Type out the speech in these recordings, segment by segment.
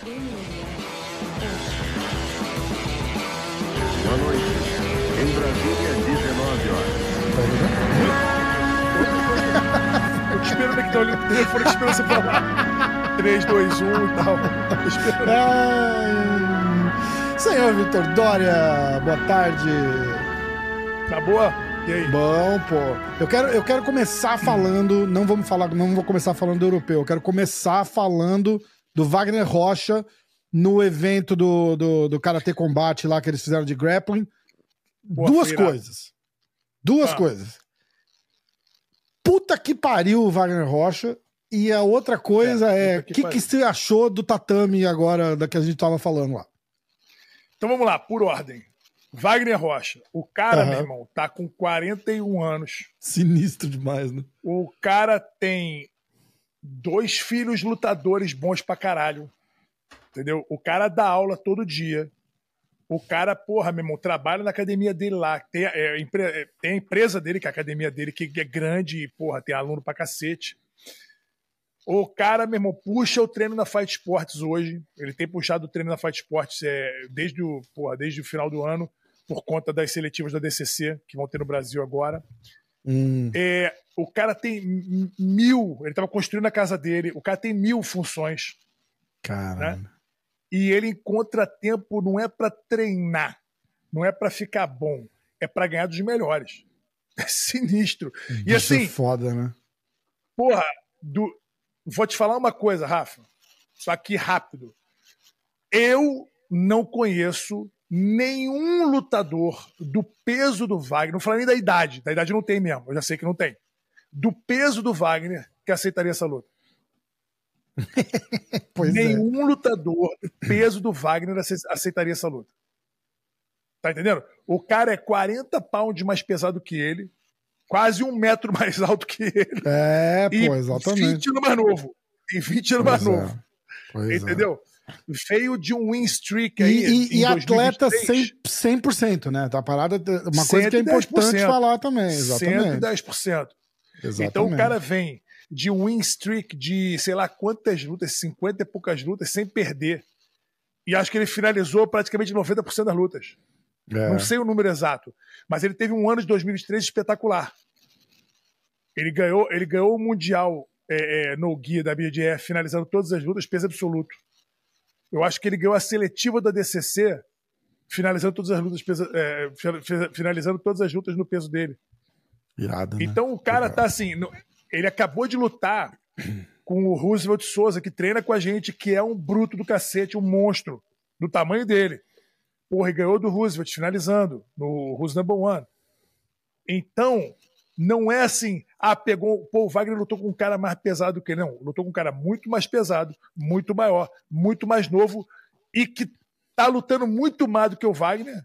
Boa noite. Em Brasília, 19 horas. Eu te espero que tá olhando o telefone, esperando você falar. 3, 2, 1 e tal. Tô esperando. Senhor Vitor Dória, boa tarde. Tá boa? E aí? Bom, pô. Eu quero começar falando, não vou começar falando do europeu, eu quero começar falando do Wagner Rocha no evento do Karatê Combate lá que eles fizeram de grappling. Duas coisas. Puta que pariu o Wagner Rocha. E a outra coisa o que você achou do tatame agora, da que a gente tava falando lá? Então vamos lá, por ordem. Wagner Rocha. O cara, meu irmão, tá com 41 anos. Sinistro demais, né? O cara tem 2 filhos lutadores bons pra caralho. Entendeu? O cara dá aula todo dia. O cara, porra, meu irmão, trabalha na academia dele lá. Tem a empresa dele, que é a academia dele, que é grande e, porra, tem aluno pra cacete. O cara, meu irmão, puxa o treino na Fight Sports hoje. Ele tem puxado o treino na Fight Sports desde o final do ano, por conta das seletivas da DCC, que vão ter no Brasil agora. O cara tem 1000, ele estava construindo a casa dele, o cara tem 1000 funções. Caramba. Né? E ele encontra tempo, não é para treinar, não é para ficar bom, é para ganhar dos melhores. É sinistro. E assim, é foda, né? Porra, vou te falar uma coisa, Rafa, só que rápido. Eu não conheço nenhum lutador do peso do Wagner, não falei nem da idade não tem mesmo, eu já sei que não tem, do peso do Wagner que aceitaria essa luta. Nenhum lutador do peso do Wagner aceitaria essa luta. Tá entendendo? O cara é 40 pounds mais pesado que ele, quase 1 metro mais alto que ele. Exatamente. 20 anos mais novo. E 20 anos mais novo. Entendeu? Veio de um win streak aí. E atleta 100%, né? Tá parada. Uma coisa que é importante falar também. Exatamente. 110%. Exatamente. Então o cara vem de um win streak de sei lá quantas lutas, 50 e poucas lutas, sem perder. E acho que ele finalizou praticamente 90% das lutas. Não sei o número exato. Mas ele teve um ano de 2023 espetacular. Ele ganhou o Mundial no guia da BJF, finalizando todas as lutas, peso absoluto. Eu acho que ele ganhou a seletiva da DCC, finalizando todas as lutas, finalizando todas as lutas no peso dele. Irado, né? Então o cara tá assim, ele acabou de lutar com o Roosevelt Souza, que treina com a gente, que é um bruto do cacete, um monstro do tamanho dele. Porra, e ganhou do Roosevelt, finalizando no Who's Number One. Então, não é assim, o Wagner lutou com um cara mais pesado que ele. Não, lutou com um cara muito mais pesado, muito maior, muito mais novo e que tá lutando muito mais do que o Wagner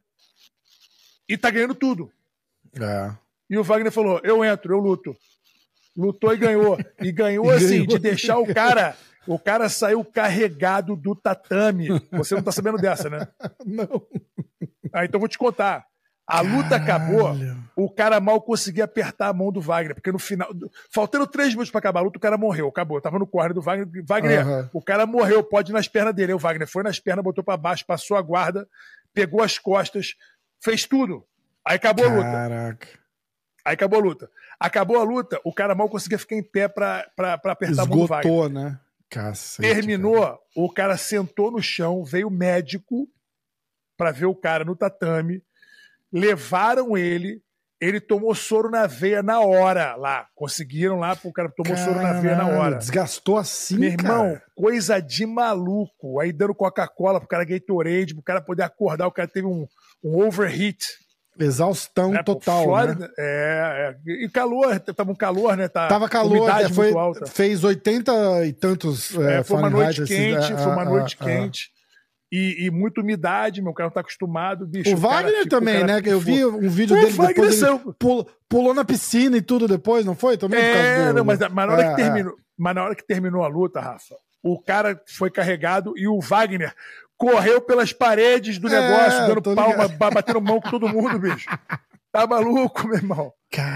e tá ganhando tudo. E o Wagner falou, eu entro, eu luto. Lutou e ganhou. E ganhou assim, de deixar o cara... O cara saiu carregado do tatame. Você não tá sabendo dessa, né? Não. Então vou te contar. A luta acabou, o cara mal conseguia apertar a mão do Wagner, porque no final, faltando 3 minutos pra acabar a luta, o cara morreu, acabou. Tava no corner do Wagner. O cara morreu, pode ir nas pernas dele. Aí o Wagner foi nas pernas, botou pra baixo, passou a guarda, pegou as costas, fez tudo. Aí acabou a luta. Caraca. Aí acabou a luta. Acabou a luta, o cara mal conseguia ficar em pé pra apertar a mão do Wagner. Esgotou, né? Cacete, terminou, cara. O cara sentou no chão, veio o médico pra ver o cara no tatame, levaram ele tomou soro na veia na hora lá, conseguiram lá, o cara tomou soro na veia na hora. Desgastou assim, meu irmão, cara. Coisa de maluco, aí dando Coca-Cola pro cara Gatorade, pro cara poder acordar, o cara teve um overheat. Exaustão total, Flórida, né? E calor, tava um calor, né? Tava calor, umidade muito alta. Fez 80 e tantos foi uma noite quente, foi uma noite quente. E muita umidade, meu cara não tá acostumado, bicho. O Wagner também, né? Eu vi um vídeo dele depois, ele pulou na piscina e tudo depois, não foi? Também mas na hora que terminou a luta, Rafa, o cara foi carregado e o Wagner correu pelas paredes do negócio, dando palma, batendo mão com todo mundo, bicho. Tá maluco, meu irmão?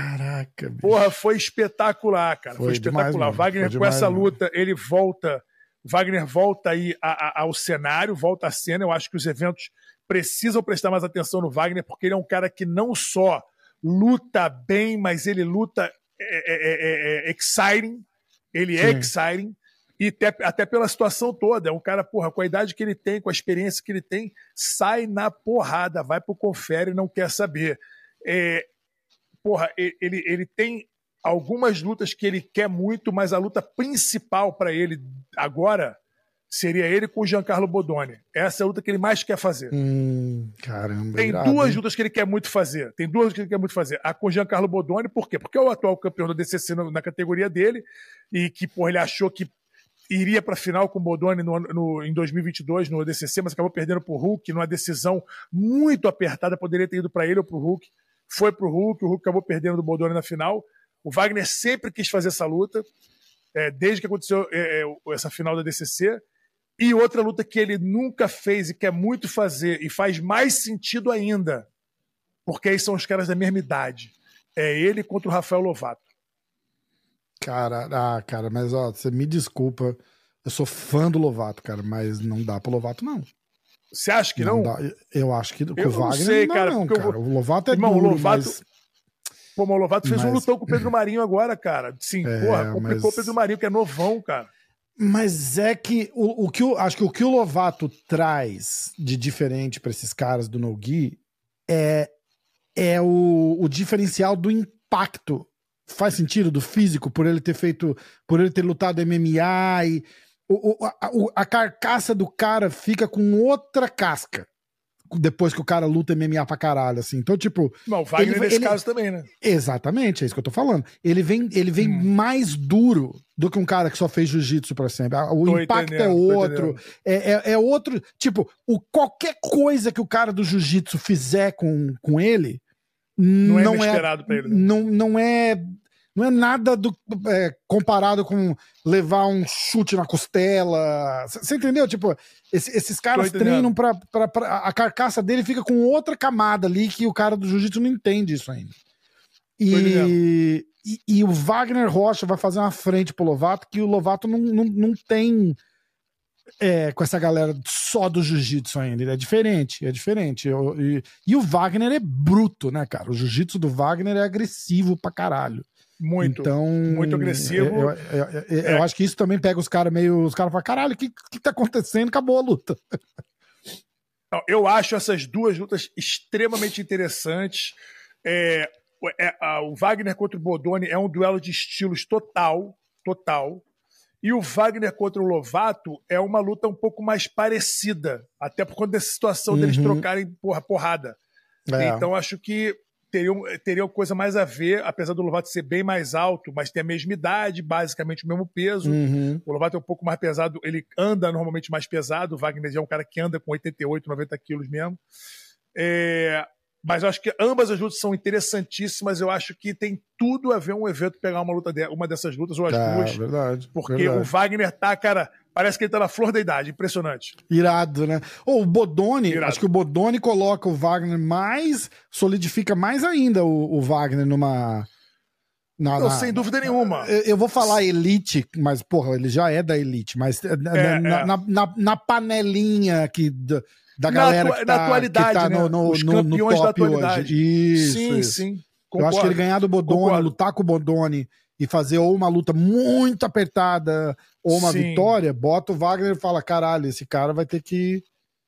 Caraca, bicho. Porra, foi espetacular, cara. Foi espetacular. Demais, o Wagner, com essa luta, ele volta Wagner volta aí ao cenário, volta à cena. Eu acho que os eventos precisam prestar mais atenção no Wagner, porque ele é um cara que não só luta bem, mas ele luta exciting. Ele é exciting. E até pela situação toda. É um cara, porra, com a idade que ele tem, com a experiência que ele tem, sai na porrada, vai pro confere e não quer saber. Porra, ele tem algumas lutas que ele quer muito, mas a luta principal para ele agora seria ele com o Giancarlo Bodoni. Essa é a luta que ele mais quer fazer. Caramba. Tem duas lutas que ele quer muito fazer. A com o Giancarlo Bodoni, por quê? Porque é o atual campeão da DCC na categoria dele e que, porra, ele achou que iria para a final com o Bodoni em 2022 no DCC, mas acabou perdendo para o Hulk numa decisão muito apertada. Poderia ter ido para ele ou para o Hulk. Foi para o Hulk acabou perdendo do Bodoni na final. O Wagner sempre quis fazer essa luta, desde que aconteceu essa final da DCC. E outra luta que ele nunca fez e quer muito fazer, e faz mais sentido ainda, porque aí são os caras da mesma idade. É ele contra o Rafael Lovato. Cara, mas ó, você me desculpa, eu sou fã do Lovato, cara, mas não dá pro Lovato, não. Você acha que não? Dá. Eu acho que com o Wagner não sei, não, cara. não, cara. O Lovato é Irmão, duro, o Lovato... mas... Pô, mas o Lovato fez um lutão com o Pedro Marinho agora, cara. Sim, porra, complicou o Pedro Marinho, que é novão, cara. Mas é que acho que o que o Lovato traz de diferente para esses caras do No-Gi é o diferencial do impacto. Faz sentido do físico, por ele ter lutado MMA e a carcaça do cara fica com outra casca depois que o cara luta MMA pra caralho, assim. Então, tipo... Não, o Wagner nesse caso também, né? Exatamente, é isso que eu tô falando. Ele vem mais duro do que um cara que só fez jiu-jitsu pra sempre. O impacto é outro. É outro... Tipo, qualquer coisa que o cara do jiu-jitsu fizer com ele... Não é inesperado pra ele. Né? Não é nada comparado com levar um chute na costela. Você entendeu? Tipo, esses caras treinam pra a carcaça dele fica com outra camada ali que o cara do jiu-jitsu não entende isso ainda. E o Wagner Rocha vai fazer uma frente pro Lovato que o Lovato não tem com essa galera só do jiu-jitsu ainda. Ele é diferente. E o Wagner é bruto, né, cara? O jiu-jitsu do Wagner é agressivo pra caralho. Muito agressivo. Eu acho que isso também pega os caras meio... Os caras falam, caralho, o que tá acontecendo? Acabou a luta. Eu acho essas duas lutas extremamente interessantes. O Wagner contra o Bodoni é um duelo de estilos total. E o Wagner contra o Lovato é uma luta um pouco mais parecida. Até por conta dessa situação deles trocarem porrada. Então acho que teriam coisa mais a ver, apesar do Lovato ser bem mais alto, mas ter a mesma idade, basicamente o mesmo peso. O Lovato é um pouco mais pesado, ele anda normalmente mais pesado, o Wagner já é um cara que anda com 88, 90 quilos mesmo. Mas eu acho que ambas as lutas são interessantíssimas, eu acho que tem tudo a ver um evento pegar uma dessas lutas, ou as duas. Verdade. Porque o Wagner tá, cara... Parece que ele tá na flor da idade, impressionante. Irado, né? O Bodoni, Irado. acho que o Bodoni coloca o Wagner solidifica mais ainda o Wagner numa... Sem dúvida nenhuma. Eu vou falar elite, mas, porra, ele já é da elite, mas na panelinha da galera que tá, atualidade, que tá né? Os campeões no top da atualidade. Hoje. Sim. Concordo. Eu acho que ele ganhar do Bodoni, lutar com o Bodoni e fazer ou uma luta muito apertada ou uma vitória, bota o Wagner e fala, caralho, esse cara vai ter que...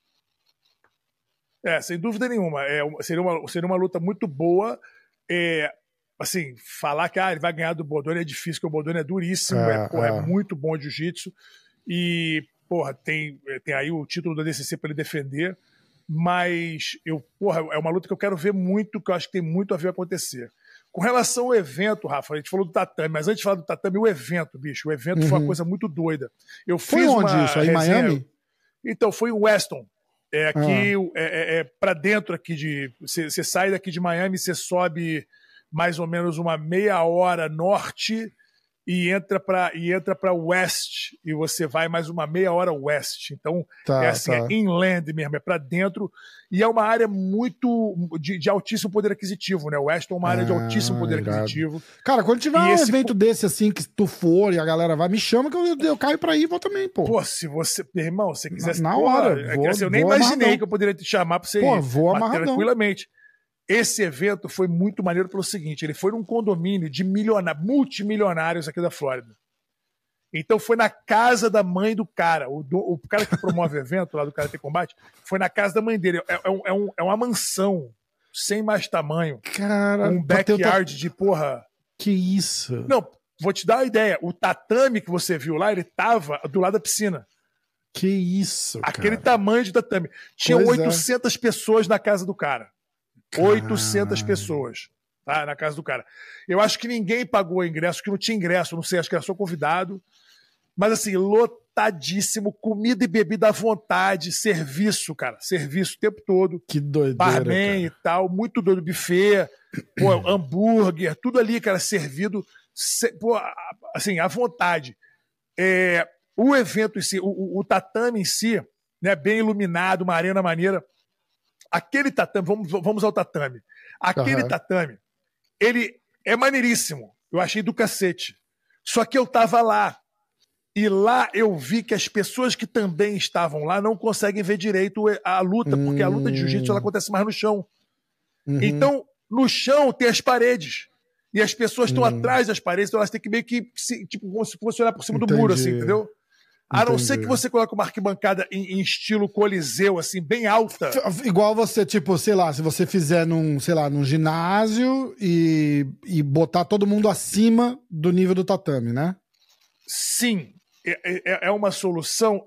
Sem dúvida nenhuma. Seria uma luta muito boa. Assim, falar que ele vai ganhar do Bodoni é difícil, porque o Bodoni é duríssimo, é muito bom de jiu-jitsu. E, porra, tem aí o título da DCC para ele defender. Mas, é uma luta que eu quero ver muito, que eu acho que tem muito a ver acontecer. Com relação ao evento, Rafa, a gente falou do tatame, mas antes de falar do tatame, o evento, bicho, o evento foi uma coisa muito doida. Foi onde isso? Aí em Miami? Então, foi em Weston. Aqui, pra dentro aqui você sai daqui de Miami, você sobe mais ou menos uma meia hora norte e entra para West, e você vai mais uma meia hora West. Então, é assim, é inland mesmo, é para dentro, e é uma área muito de altíssimo poder aquisitivo, né? O West é uma área de altíssimo poder aquisitivo. Cara, quando tiver um evento desse, assim, que tu for e a galera vai, me chama que eu caio pra ir e vou também, pô. Pô, se você, irmão, se você quisesse... Na hora. Eu nem imaginei que eu poderia te chamar pra você ir. Vou amarradão. Tranquilamente. Esse evento foi muito maneiro pelo seguinte, ele foi num condomínio de multimilionários aqui da Flórida. Então foi na casa da mãe do cara. O cara que promove o evento lá do Karate Combate foi na casa da mãe dele. É uma mansão sem mais tamanho. Cara, um backyard de porra... Que isso? Não, vou te dar uma ideia. O tatame que você viu lá, ele tava do lado da piscina. Que isso, cara. Aquele tamanho de tatame. Tinha 800 pessoas na casa do cara. 800 pessoas, tá? Na casa do cara. Eu acho que ninguém pagou ingresso, que não tinha ingresso, não sei, acho que era só convidado. Mas assim, lotadíssimo, comida e bebida à vontade, serviço, cara, serviço o tempo todo. Que doideira, barman e tal, muito doido, buffet, pô, hambúrguer, tudo ali, cara, servido, pô, assim, à vontade. O evento em si, o tatame em si, né, bem iluminado, uma arena maneira. Aquele tatame, vamos ao tatame. Aquele tatame, ele é maneiríssimo. Eu achei do cacete. Só que eu tava lá. E lá eu vi que as pessoas que também estavam lá não conseguem ver direito a luta, porque a luta de jiu-jitsu ela acontece mais no chão. Então, no chão tem as paredes. E as pessoas estão atrás das paredes, então elas têm que meio que, tipo, como se fosse olhar por cima do muro, assim, entendeu? A não ser que você coloque uma arquibancada em estilo coliseu, assim, bem alta. Igual você, tipo, sei lá, se você fizer num ginásio e botar todo mundo acima do nível do tatame, né? Sim, é uma solução?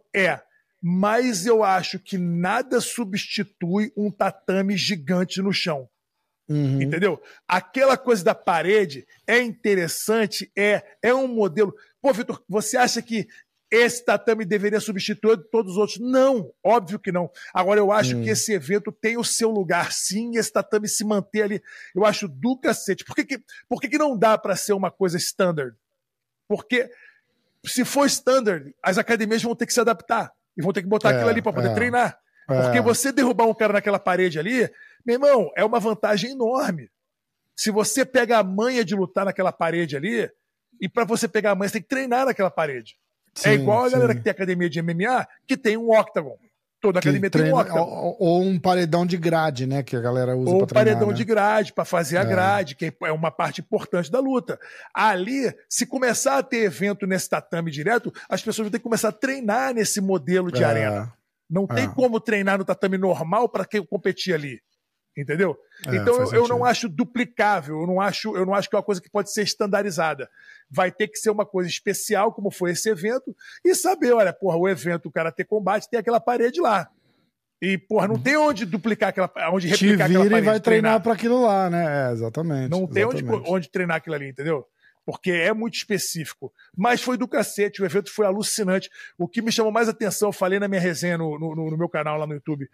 Mas eu acho que nada substitui um tatame gigante no chão. Entendeu? Aquela coisa da parede é interessante, é um modelo... Pô, Vitor, você acha que esse tatame deveria substituir todos os outros? Não, óbvio que não. Agora, eu acho que esse evento tem o seu lugar, sim, e esse tatame se manter ali. Eu acho do cacete. Por que não dá para ser uma coisa standard? Porque se for standard, as academias vão ter que se adaptar e vão ter que botar aquilo ali para poder treinar. Porque você derrubar um cara naquela parede ali, meu irmão, é uma vantagem enorme. Se você pega a manha de lutar naquela parede ali, e para você pegar a manha, você tem que treinar naquela parede. Sim, é igual a galera que tem academia de MMA, que tem um octagon. Toda academia tem um octagon. Ou um paredão de grade, né? Que a galera usa pra treinar. Ou um paredão de grade, para fazer a grade, que é uma parte importante da luta. Ali, se começar a ter evento nesse tatame direto, as pessoas vão ter que começar a treinar nesse modelo de arena. Não tem como treinar no tatame normal para competir ali. Entendeu? Então eu não acho duplicável, eu não acho que é uma coisa que pode ser estandarizada. Vai ter que ser uma coisa especial, como foi esse evento, e saber, olha, porra, o evento, o Karate Combate, tem aquela parede lá. E, porra, não tem onde duplicar onde replicar aquela parede. E vai treinar para aquilo lá, né? Exatamente. Não tem onde treinar aquilo ali, entendeu? Porque é muito específico. Mas foi do cacete, o evento foi alucinante. O que me chamou mais atenção, eu falei na minha resenha no meu canal lá no YouTube,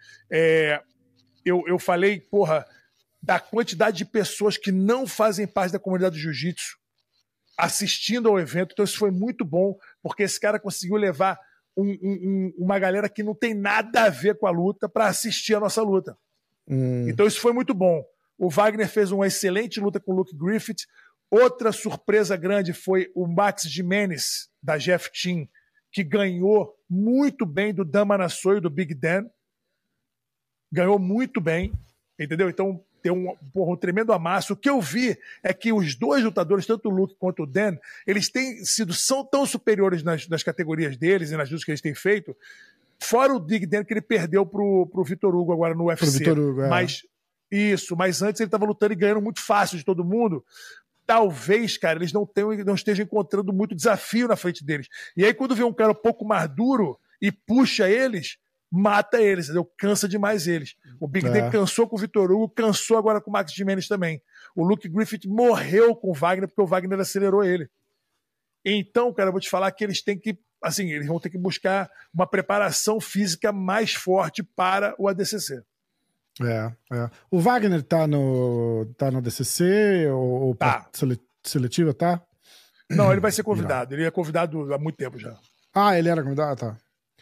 eu falei, porra, da quantidade de pessoas que não fazem parte da comunidade do jiu-jitsu assistindo ao evento. Então isso foi muito bom, porque esse cara conseguiu levar uma galera que não tem nada a ver com a luta para assistir a nossa luta. Então isso foi muito bom. O Wagner fez uma excelente luta com o Luke Griffith. Outra surpresa grande foi o Max Jimenez, da Jeff Team, que ganhou muito bem do Dan Manasoy, do Big Dan. Ganhou muito bem, entendeu? Então tem um tremendo amasso. O que eu vi é que os dois lutadores, tanto o Luke quanto o Dan, eles são tão superiores nas categorias deles e nas lutas que eles têm feito, fora o Big Dan que ele perdeu pro Vitor Hugo agora no UFC. Vitor Hugo, mas antes ele estava lutando e ganhando muito fácil de todo mundo. Talvez, cara, eles não estejam encontrando muito desafio na frente deles. E aí quando vê um cara um pouco mais duro e puxa eles, mata eles, entendeu? Cansa demais eles. O Big Dan cansou com o Vitor Hugo, cansou agora com o Max Jimenez também. O Luke Griffith morreu com o Wagner porque o Wagner acelerou ele. Então, cara, eu vou te falar que eles têm que, assim, eles vão ter que buscar uma preparação física mais forte para o ADCC. O Wagner tá no DCC ou tá. Seletiva, tá? Não, ele vai ser convidado. Ele é convidado há muito tempo já. Ah, ele era convidado? Tá.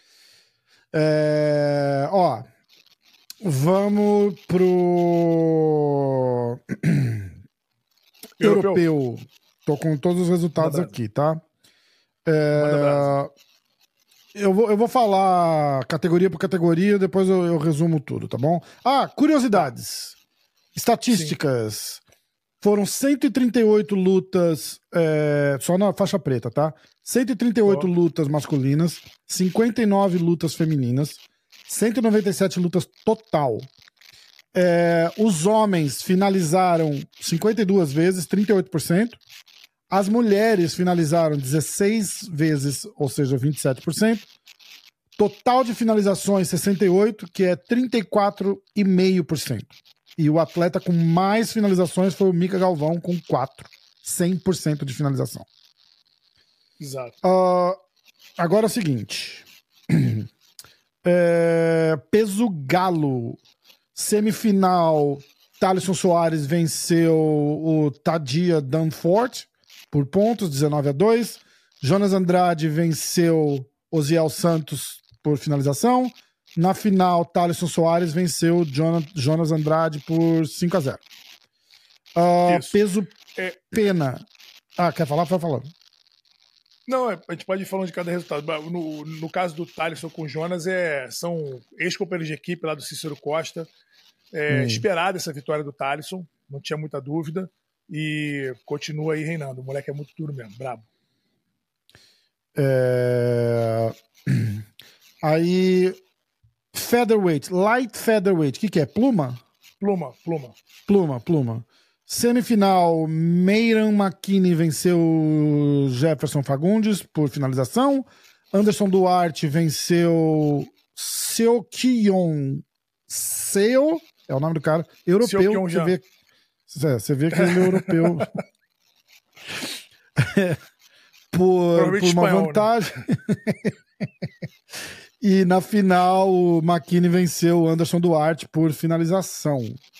Ó, vamos pro europeu. Tô com todos os resultados aqui, tá? Eu vou falar categoria por categoria, depois eu resumo tudo, tá bom? Curiosidades. Estatísticas. Sim. Foram 138 lutas, só na faixa preta, tá? 138 lutas masculinas, 59 lutas femininas, 197 lutas total. Os homens finalizaram 52 vezes, 38%. As mulheres finalizaram 16 vezes, ou seja, 27%. Total de finalizações, 68, que é 34,5%. E o atleta com mais finalizações foi o Mika Galvão, com 4. 100% de finalização. Exato. Agora é o seguinte. Peso galo. Semifinal, Thaleson Soares venceu o Tadia Danforth por pontos, 19-2. Jonas Andrade venceu Osiel Santos por finalização. Na final, Thaleson Soares venceu Jonas Andrade por 5-0. Peso pena. Quer falar? Vai falando. Não, a gente pode ir falando de cada resultado. No caso do Thaleson com o Jonas, são ex-companheiros de equipe lá do Cícero Costa. Esperada essa vitória do Thaleson, não tinha muita dúvida. E continua aí reinando. O moleque é muito duro mesmo, brabo. Aí... Featherweight, light featherweight, o que é? Pluma? Pluma. Semifinal, Meiran McKinney venceu Jefferson Fagundes por finalização. Anderson Duarte venceu Seokion Seo, é o nome do cara, europeu. Você vê que ele é europeu. por uma vantagem. Né? E na final, o McKinney venceu o Anderson Duarte por finalização.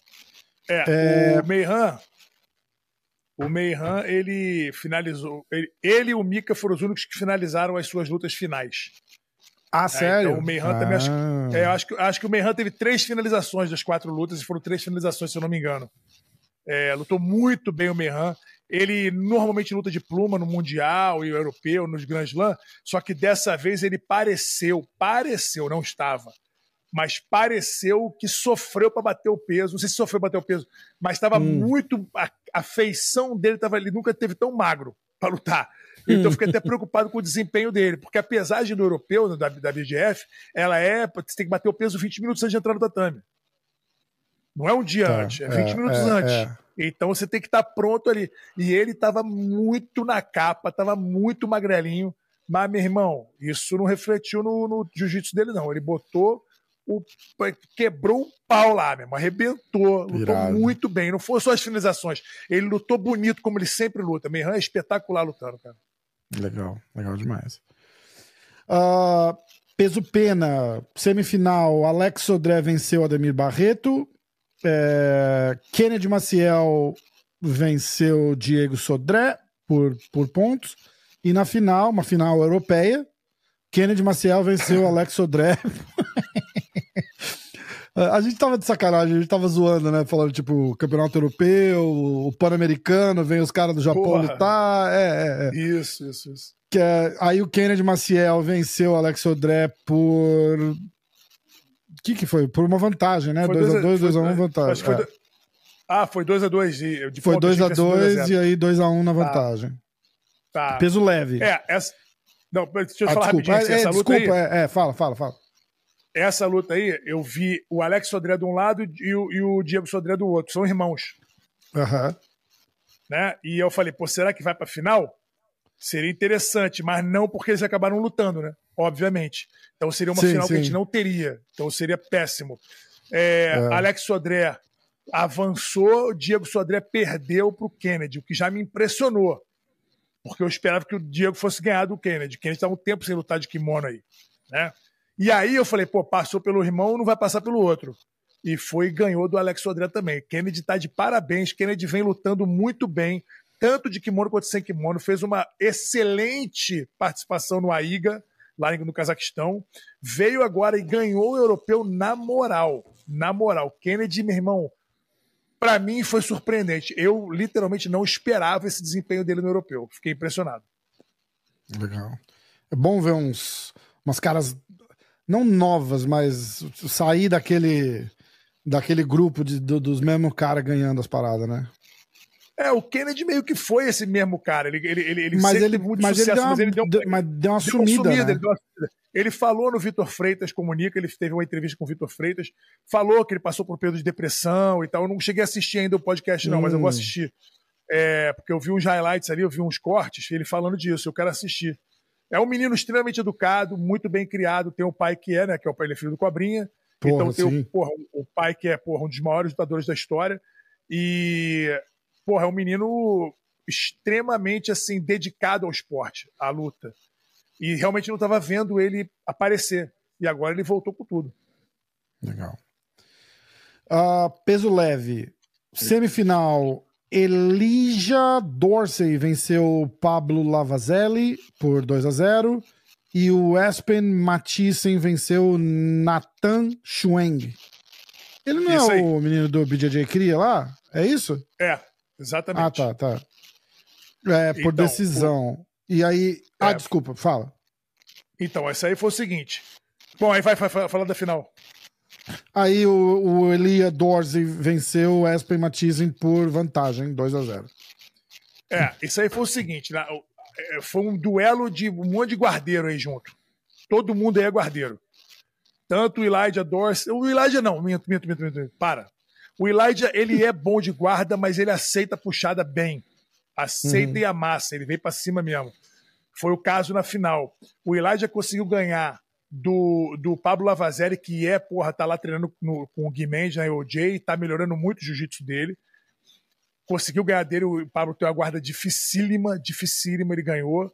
O Meiran, ele finalizou. Ele e o Mika foram os únicos que finalizaram as suas lutas finais. Sério? Então o Meiran também. Acho que o Meiran teve 3 finalizações das 4 lutas, e foram 3 finalizações, se eu não me engano. Lutou muito bem o Meiran. Ele normalmente luta de pluma no Mundial e Europeu, nos Grand Slam, só que dessa vez ele pareceu, não estava, mas pareceu que sofreu para bater o peso. Não sei se sofreu para bater o peso, mas estava muito... A feição dele estava... Ele nunca teve tão magro para lutar. Então eu fiquei até preocupado com o desempenho dele, porque a pesagem do europeu, da BGF, você tem que bater o peso 20 minutos antes de entrar no tatame. Não é um dia antes, é 20 minutos antes. Então você tem que estar pronto ali. E ele estava muito na capa, estava muito magrelinho. Mas, meu irmão, isso não refletiu no jiu-jitsu dele, não. Ele quebrou um pau lá mesmo, arrebentou, lutou muito bem. Não foram só as finalizações. Ele lutou bonito, como ele sempre luta. Meiran é espetacular lutando, cara. Legal demais. Peso pena, semifinal, Alex Sodré venceu Ademir Barreto. Kennedy Maciel venceu Diego Sodré por pontos. E na final, uma final europeia, Kennedy Maciel venceu Alex Sodré. A gente tava de sacanagem, a gente tava zoando, né? Falando, tipo, campeonato europeu, o pan-americano, vem os caras do Japão lutar. Isso. Aí o Kennedy Maciel venceu Alex Sodré por... O que foi? Por uma vantagem, né? 2x2, 2x1 vantagem. Foi 2x2. Foi 2x2 e aí 2x1 na vantagem. Tá. Peso leve. Não, deixa eu falar rapidinho. Essa luta aí, fala. Essa luta aí, eu vi o Alex Sodré de um lado e o Diego Sodré do outro. São irmãos. Né? E eu falei, será que vai pra final? Seria interessante, mas não porque eles acabaram lutando, né? Obviamente. Então seria uma final que a gente não teria. Então seria péssimo. Alex Sodré avançou, Diego Sodré perdeu pro Kennedy, o que já me impressionou. Porque eu esperava que o Diego fosse ganhar do Kennedy. O Kennedy estava um tempo sem lutar de kimono aí, né? E aí eu falei, passou pelo irmão, não vai passar pelo outro. E ganhou do Alex Sodré também. Kennedy tá de parabéns, Kennedy vem lutando muito bem, tanto de kimono quanto sem kimono, fez uma excelente participação no AIGA, lá no Cazaquistão, veio agora e ganhou o europeu na moral. Na moral. Kennedy, meu irmão, pra mim foi surpreendente. Eu literalmente não esperava esse desempenho dele no europeu. Fiquei impressionado. Legal. É bom ver umas caras, não novas, mas sair daquele grupo dos mesmos caras ganhando as paradas, né? O Kennedy meio que foi esse mesmo cara. Ele mas sempre ele, teve muito mas sucesso, ele deu uma sumida, né? Ele falou no Vitor Freitas Comunica, ele teve uma entrevista com o Vitor Freitas, falou que ele passou por período de depressão e tal. Eu não cheguei a assistir ainda o podcast, não, mas eu vou assistir. Porque eu vi uns highlights ali, eu vi uns cortes, ele falando disso, eu quero assistir. É um menino extremamente educado, muito bem criado, tem o pai que é, né? Que é o pai, ele é filho do Cobrinha. Porra, então tem o pai que é um dos maiores lutadores da história. E, é um menino extremamente assim, dedicado ao esporte, à luta. E realmente não estava vendo ele aparecer. E agora ele voltou com tudo. Legal. Peso leve. Semifinal. Elijah Dorsey venceu Pablo Lavazelli por 2-0. E o Espen Mathiesen venceu Nathan Schweng. Ele não é o menino do BJJ Cria lá? É isso? Exatamente. Tá. Por decisão. E aí... desculpa, fala. Então, essa aí foi o seguinte. Bom, aí vai falar da final. Aí o Elijah Dorsey venceu o Espen Mathiesen por vantagem, 2-0. Isso aí foi o seguinte, né? Foi um duelo de um monte de guardeiro aí junto. Todo mundo aí é guardeiro. Tanto o Elijah Dorsey... O Elijah não, minto. Para. O Elijah, ele é bom de guarda, mas ele aceita a puxada bem. Aceita e amassa, ele veio pra cima mesmo. Foi o caso na final. O Elijah conseguiu ganhar do Pablo Lavazelli, que tá lá treinando com o Gui Mendes na EOJ, tá melhorando muito o jiu-jitsu dele. Conseguiu ganhar dele, o Pablo tem uma guarda dificílima, ele ganhou.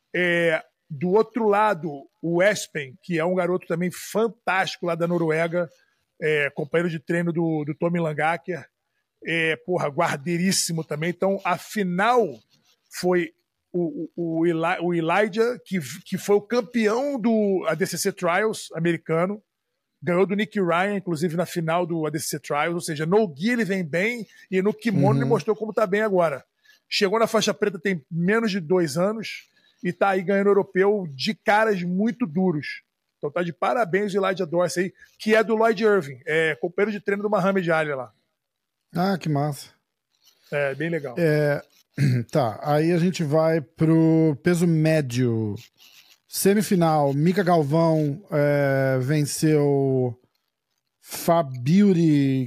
Do outro lado, o Espen, que é um garoto também fantástico lá da Noruega, companheiro de treino do Tommy Langaker, guardeiríssimo também. Então, a final foi o Elijah, que foi o campeão do ADCC Trials americano, ganhou do Nick Ryan, inclusive na final do ADCC Trials, ou seja, no gi ele vem bem e no kimono ele mostrou como tá bem agora. Chegou na faixa preta tem menos de 2 anos e tá aí ganhando europeu de caras muito duros. Então tá de parabéns o Elijah Dorsey aí, que é do Lloyd Irving, companheiro de treino do Muhammad Ali lá. Que massa. Bem legal. Tá, aí a gente vai pro peso médio. Semifinal, Mika Galvão venceu Fabiuri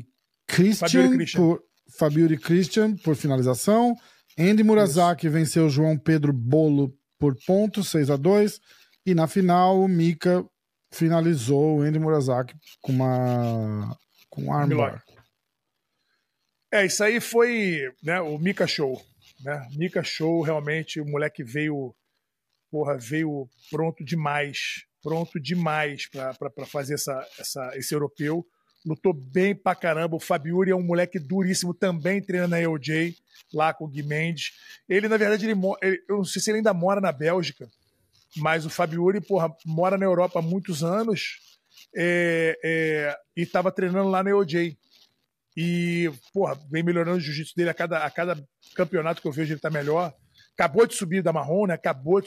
Christian por finalização. Andy Murazaki venceu João Pedro Bolo por ponto, 6-2. E na final, o Mika finalizou o Andy Murazaki com armbar. Isso aí foi, né, o Mika Show. Né? Mika Show, realmente, o moleque veio pronto demais para fazer esse europeu. Lutou bem pra caramba. O Fabiuri é um moleque duríssimo, também treina na EOJ, lá com o Gui Mendes. Ele, na verdade, eu não sei se ele ainda mora na Bélgica, mas o Fabiuri, mora na Europa há muitos anos e estava treinando lá na EOJ. E, vem melhorando o jiu-jitsu dele a cada campeonato que eu vejo, ele tá melhor. Acabou de subir da marrom, né?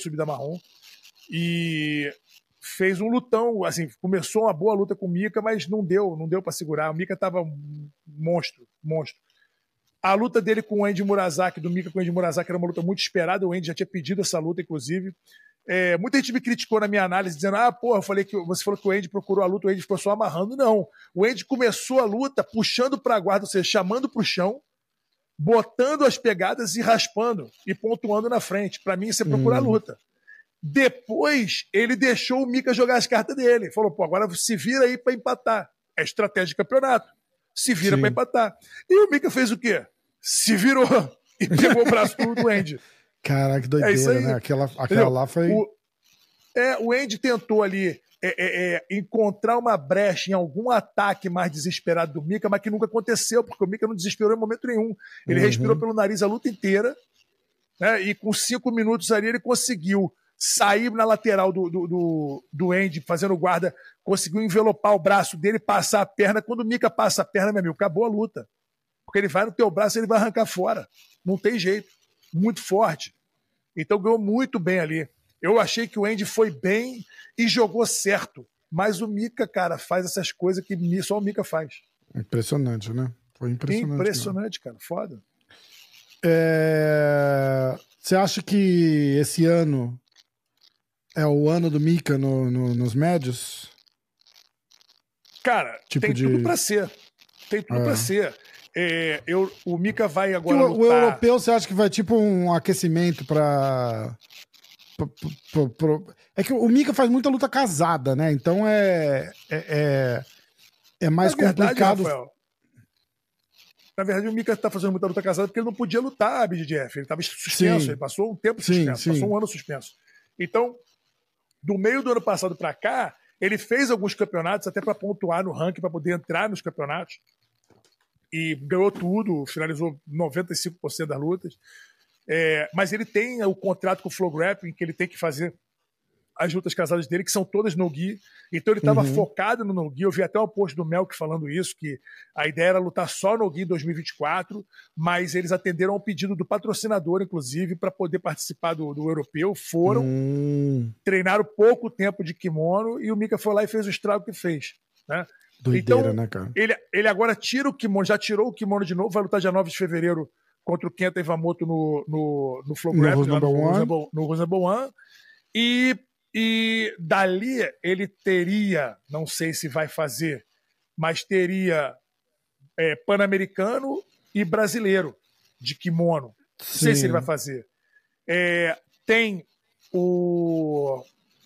E fez um lutão, assim, começou uma boa luta com o Mika, mas não deu para segurar. O Mika tava monstro. A luta dele com o Andy Murazaki, do Mika com o Andy Murazaki, era uma luta muito esperada. O Andy já tinha pedido essa luta, inclusive. Muita gente me criticou na minha análise, dizendo: eu falei que você falou que o Andy procurou a luta, o Andy ficou só amarrando. Não. O Andy começou a luta puxando para a guarda, ou seja, chamando para o chão, botando as pegadas e raspando e pontuando na frente. Para mim, isso é procurar a luta. Depois, ele deixou o Mika jogar as cartas dele. Falou: agora se vira aí para empatar. É estratégia de campeonato. Se vira para empatar. E o Mika fez o quê? Se virou e pegou o braço do Andy. Caraca, que doideira, né? Aquela lá foi... O Andy tentou ali encontrar uma brecha em algum ataque mais desesperado do Mika, mas que nunca aconteceu, porque o Mika não desesperou em momento nenhum. Ele respirou pelo nariz a luta inteira né? E com 5 minutos ali ele conseguiu sair na lateral do Andy, fazendo guarda, conseguiu envelopar o braço dele, passar a perna. Quando o Mika passa a perna, meu amigo, acabou a luta. Porque ele vai no teu braço e ele vai arrancar fora. Não tem jeito. Muito forte. Então ganhou muito bem ali. Eu achei que o Andy foi bem e jogou certo. Mas o Mika, cara, faz essas coisas que só o Mika faz. Impressionante, né? Foi impressionante. Impressionante, cara. Foda. Você acha que esse ano é o ano do Mika nos médios? Cara, Tipo tem tudo pra ser. Tem tudo pra ser. O Mika vai agora lutar... O europeu, você acha que vai tipo um aquecimento pra... É que o Mika faz muita luta casada, né? Então é mais complicado. Rafael, na verdade, o Mika tá fazendo muita luta casada porque ele não podia lutar a BJJF. Ele estava suspenso, ele passou um tempo suspenso, passou um ano suspenso. Então, do meio do ano passado para cá, ele fez alguns campeonatos até para pontuar no ranking, para poder entrar nos campeonatos. E ganhou tudo, finalizou 95% das lutas. Mas ele tem o contrato com o Flow Grappling, que ele tem que fazer as lutas casadas dele, que são todas no-gi. Então ele estava focado no no-gi. Eu vi até o post do Melk falando isso, que a ideia era lutar só no-gi em 2024, mas eles atenderam ao pedido do patrocinador, inclusive, para poder participar do europeu. Foram, treinaram pouco tempo de kimono, e o Mika foi lá e fez o estrago que fez, né? Doideira, então, né, cara? Ele agora tira o kimono, já tirou o kimono de novo, vai lutar dia 9 de fevereiro contra o Kenta Iwamoto no Flow Grappling, no Reasonable One. E dali ele teria, não sei se vai fazer, mas teria pan-americano e brasileiro de kimono. Não sei se ele vai fazer. Tem o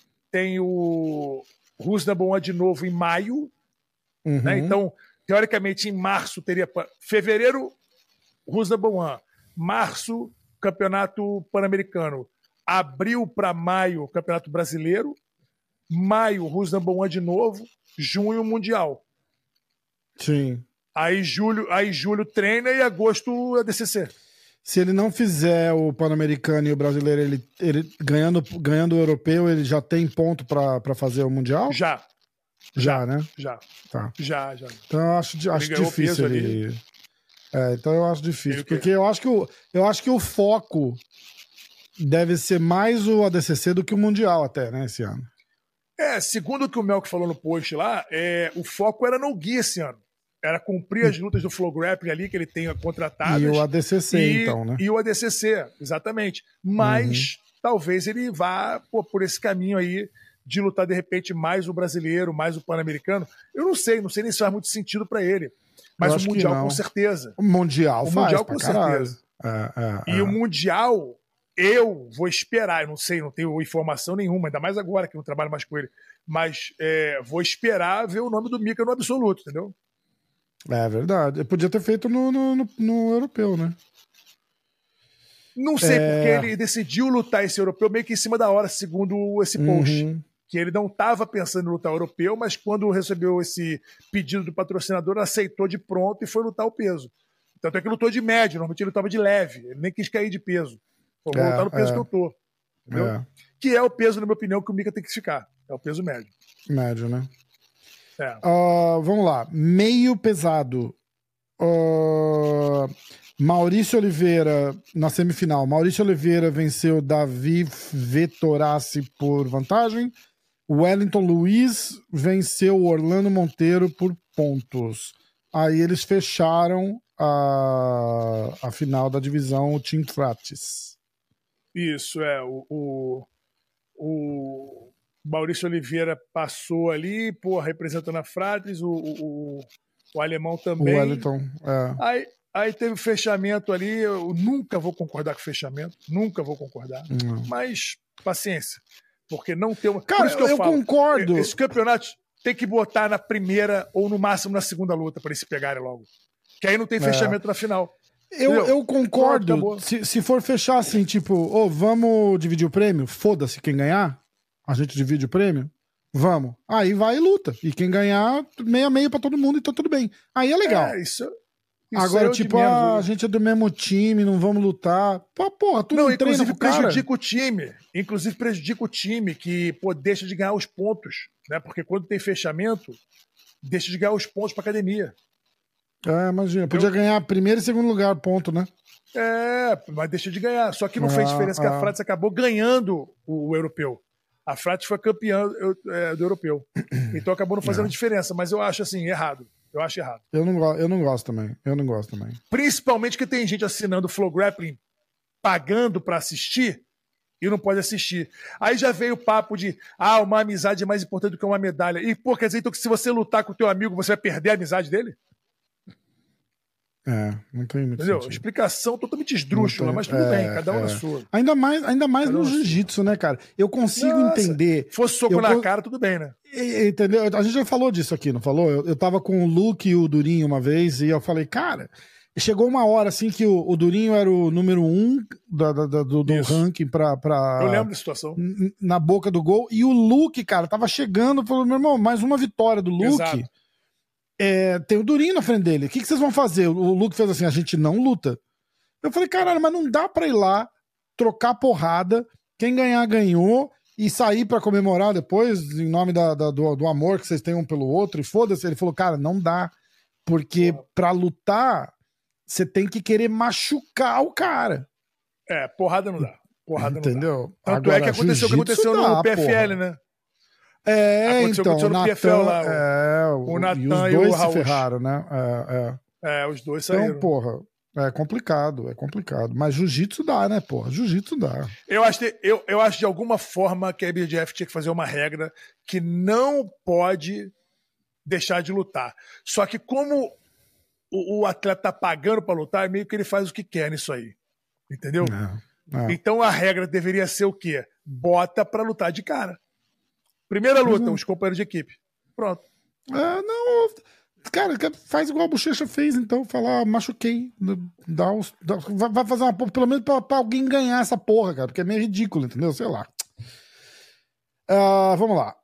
Reasonable One de novo em maio. Né? Então, teoricamente, em março teria... Fevereiro, Reasonable One. Março, Campeonato Pan-Americano. Abril para maio, Campeonato Brasileiro. Maio, Reasonable One de novo. Junho, Mundial. Sim. Aí julho treina e agosto ADCC. Se ele não fizer o Pan-Americano e o Brasileiro, ele ganhando o Europeu, ele já tem ponto para fazer o Mundial? Já, né? Já. Tá. Já. Então eu acho difícil ele... então eu acho difícil. Porque eu acho que o foco deve ser mais o ADCC do que o Mundial até, né, esse ano. Segundo o que o Melk falou no post lá, o foco era no Gui esse ano. Era cumprir as lutas do Flow Grappling ali, que ele tem contratadas. E o ADCC, então, né? E o ADCC, exatamente. Mas talvez ele vá por esse caminho aí de lutar, de repente, mais o brasileiro, mais o pan-americano. Eu não sei nem se faz muito sentido para ele. Mas o Mundial, com certeza. O Mundial com certeza. E o Mundial, eu vou esperar, eu não sei, não tenho informação nenhuma, ainda mais agora que eu não trabalho mais com ele, mas vou esperar ver o nome do Mika no absoluto, entendeu? É verdade. Eu podia ter feito no europeu, né? Não sei, porque ele decidiu lutar esse europeu meio que em cima da hora, segundo esse post. Que ele não estava pensando em lutar europeu, mas quando recebeu esse pedido do patrocinador, aceitou de pronto e foi lutar o peso. Tanto é que lutou de médio, normalmente ele lutava de leve, ele nem quis cair de peso. Vou lutar no peso que eu tô. Entendeu? Que é o peso, na minha opinião, que o Mika tem que ficar. É o peso médio. Médio, né? Vamos lá. Meio pesado. Maurício Oliveira, na semifinal. Maurício Oliveira venceu Davi Vettorassi por vantagem. Wellington Luiz venceu Orlando Monteiro por pontos. Aí eles fecharam a final da divisão, o Team Frates. Isso, o Maurício Oliveira passou ali, representando a Frates, o alemão também. O Wellington, Aí teve o fechamento ali, eu nunca vou concordar com o fechamento, nunca vou concordar, mas paciência, porque não tem uma... Cara, por isso que eu falo, concordo. Esse campeonato tem que botar na primeira ou no máximo na segunda luta para eles se pegarem logo, que aí não tem fechamento na final. Eu concordo, se for fechar assim, tipo, vamos dividir o prêmio? Foda-se quem ganhar, a gente divide o prêmio? Vamos. Aí vai e luta, e quem ganhar, 6-6 pra todo mundo e tá tudo bem. Aí é legal. Isso aí Agora, é o de tipo, menos a hoje. gente é do mesmo time, não vamos lutar. Pô, porra, tu não treina inclusive com o cara? prejudica o time. Inclusive prejudica o time que, pô, deixa de ganhar os pontos, né? Porque quando tem fechamento, deixa de ganhar os pontos pra academia. É, imagina. Podia ganhar primeiro e segundo lugar, ponto, né? É, mas deixa de ganhar. Só que não fez diferença que a Frades acabou ganhando o europeu. A Frades foi campeã do europeu. Então acabou não fazendo diferença, mas eu acho assim, errado. Eu acho errado. Eu não gosto também. Eu não gosto também. Principalmente que tem gente assinando o Flow Grappling, pagando pra assistir e não pode assistir. Aí já veio o papo de uma amizade é mais importante do que uma medalha. E, pô, quer dizer então que se você lutar com o teu amigo, você vai perder a amizade dele? É, não tem muito Entendeu? sentido. Explicação totalmente esdrúxula, mas tudo bem, cada um na sua. Ainda mais no jiu-jitsu, né, cara? Eu consigo entender. Fosse soco na cara, tudo bem, né? Entendeu? A gente já falou disso aqui, não falou? Eu tava com o Luke e o Durinho uma vez e eu falei, cara, chegou uma hora assim que o Durinho era o número 1 do ranking pra. Eu lembro da situação. Na boca do gol. E o Luke, cara, tava chegando, falou, meu irmão, mais uma vitória do Luke. Exato. Tem o Durinho na frente dele. O que vocês vão fazer? O Luke fez assim: a gente não luta. Eu falei, caralho, mas não dá pra ir lá, trocar porrada, quem ganhar, ganhou, e sair pra comemorar depois, em nome do amor que vocês têm um pelo outro, e foda-se. Ele falou, cara, não dá. Porque pra lutar, você tem que querer machucar o cara. Porrada não dá. Porrada entendeu? Não dá. Tanto agora, é que aconteceu o que aconteceu no PFL, porra. Né? Aconteceu no PFL lá. O Natan e os dois se ferraram, né? Os dois saíram. Então, porra, é complicado. Mas jiu-jitsu dá, né, porra? Jiu-jitsu dá. Eu acho de alguma forma que a IBJJF tinha que fazer uma regra que não pode deixar de lutar. Só que como o atleta tá pagando pra lutar, meio que ele faz o que quer nisso aí. Entendeu? Então a regra deveria ser o quê? Bota pra lutar de cara. Primeira luta, os companheiros de equipe. Pronto. Não, cara, faz igual a Bochecha fez, então, falar, machuquei. Vai fazer uma porra, pelo menos pra alguém ganhar essa porra, cara, porque é meio ridículo, entendeu? Sei lá. Vamos lá.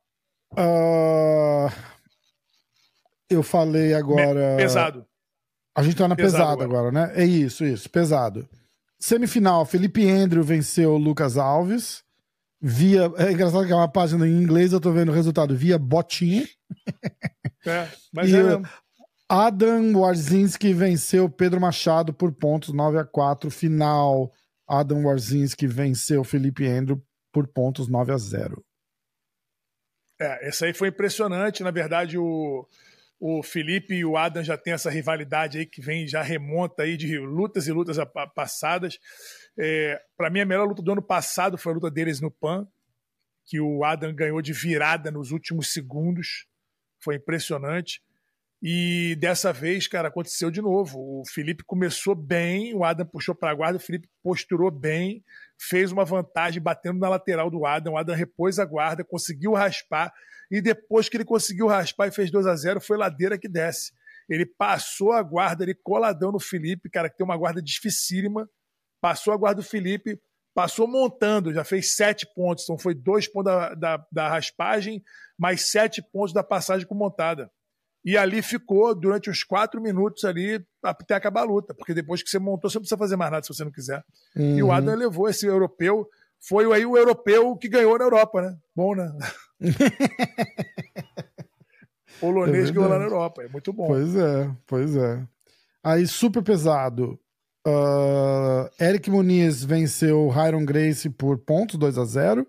Eu falei agora. Pesado. A gente tá na pesado agora, né? É isso, pesado. Semifinal, Felipe Andrew venceu o Lucas Alves. É engraçado que é uma página em inglês, eu tô vendo o resultado via botinha. Mas e mesmo. Adam Warzinski venceu Pedro Machado por pontos 9-4. Final, Adam Warzinski venceu Felipe Andrew por pontos 9-0. Essa aí foi impressionante. Na verdade, o Felipe e o Adam já tem essa rivalidade aí que vem, já remonta aí de lutas e lutas passadas. Para mim, a melhor luta do ano passado foi a luta deles no PAN, que o Adam ganhou de virada nos últimos segundos. Foi impressionante. E dessa vez, cara, aconteceu de novo. O Felipe começou bem, o Adam puxou para a guarda, o Felipe posturou bem, fez uma vantagem batendo na lateral do Adam. O Adam repôs a guarda, conseguiu raspar. E depois que ele conseguiu raspar e fez 2-0, foi ladeira que desce. Ele passou a guarda, ele coladão no Felipe, cara, que tem uma guarda dificílima. Passou a guarda do Felipe, passou montando, já fez 7 pontos. Então foi 2 pontos da raspagem, mais 7 pontos da passagem com montada. E ali ficou durante uns 4 minutos ali até acabar a luta, porque depois que você montou, você não precisa fazer mais nada se você não quiser. E o Adam levou esse europeu, foi aí o europeu que ganhou na Europa, né? Bom, né? Polonês ganhou lá na Europa, é muito bom. Pois é. Aí, super pesado. Eric Muniz venceu Hyron Gracie por pontos, 2-0.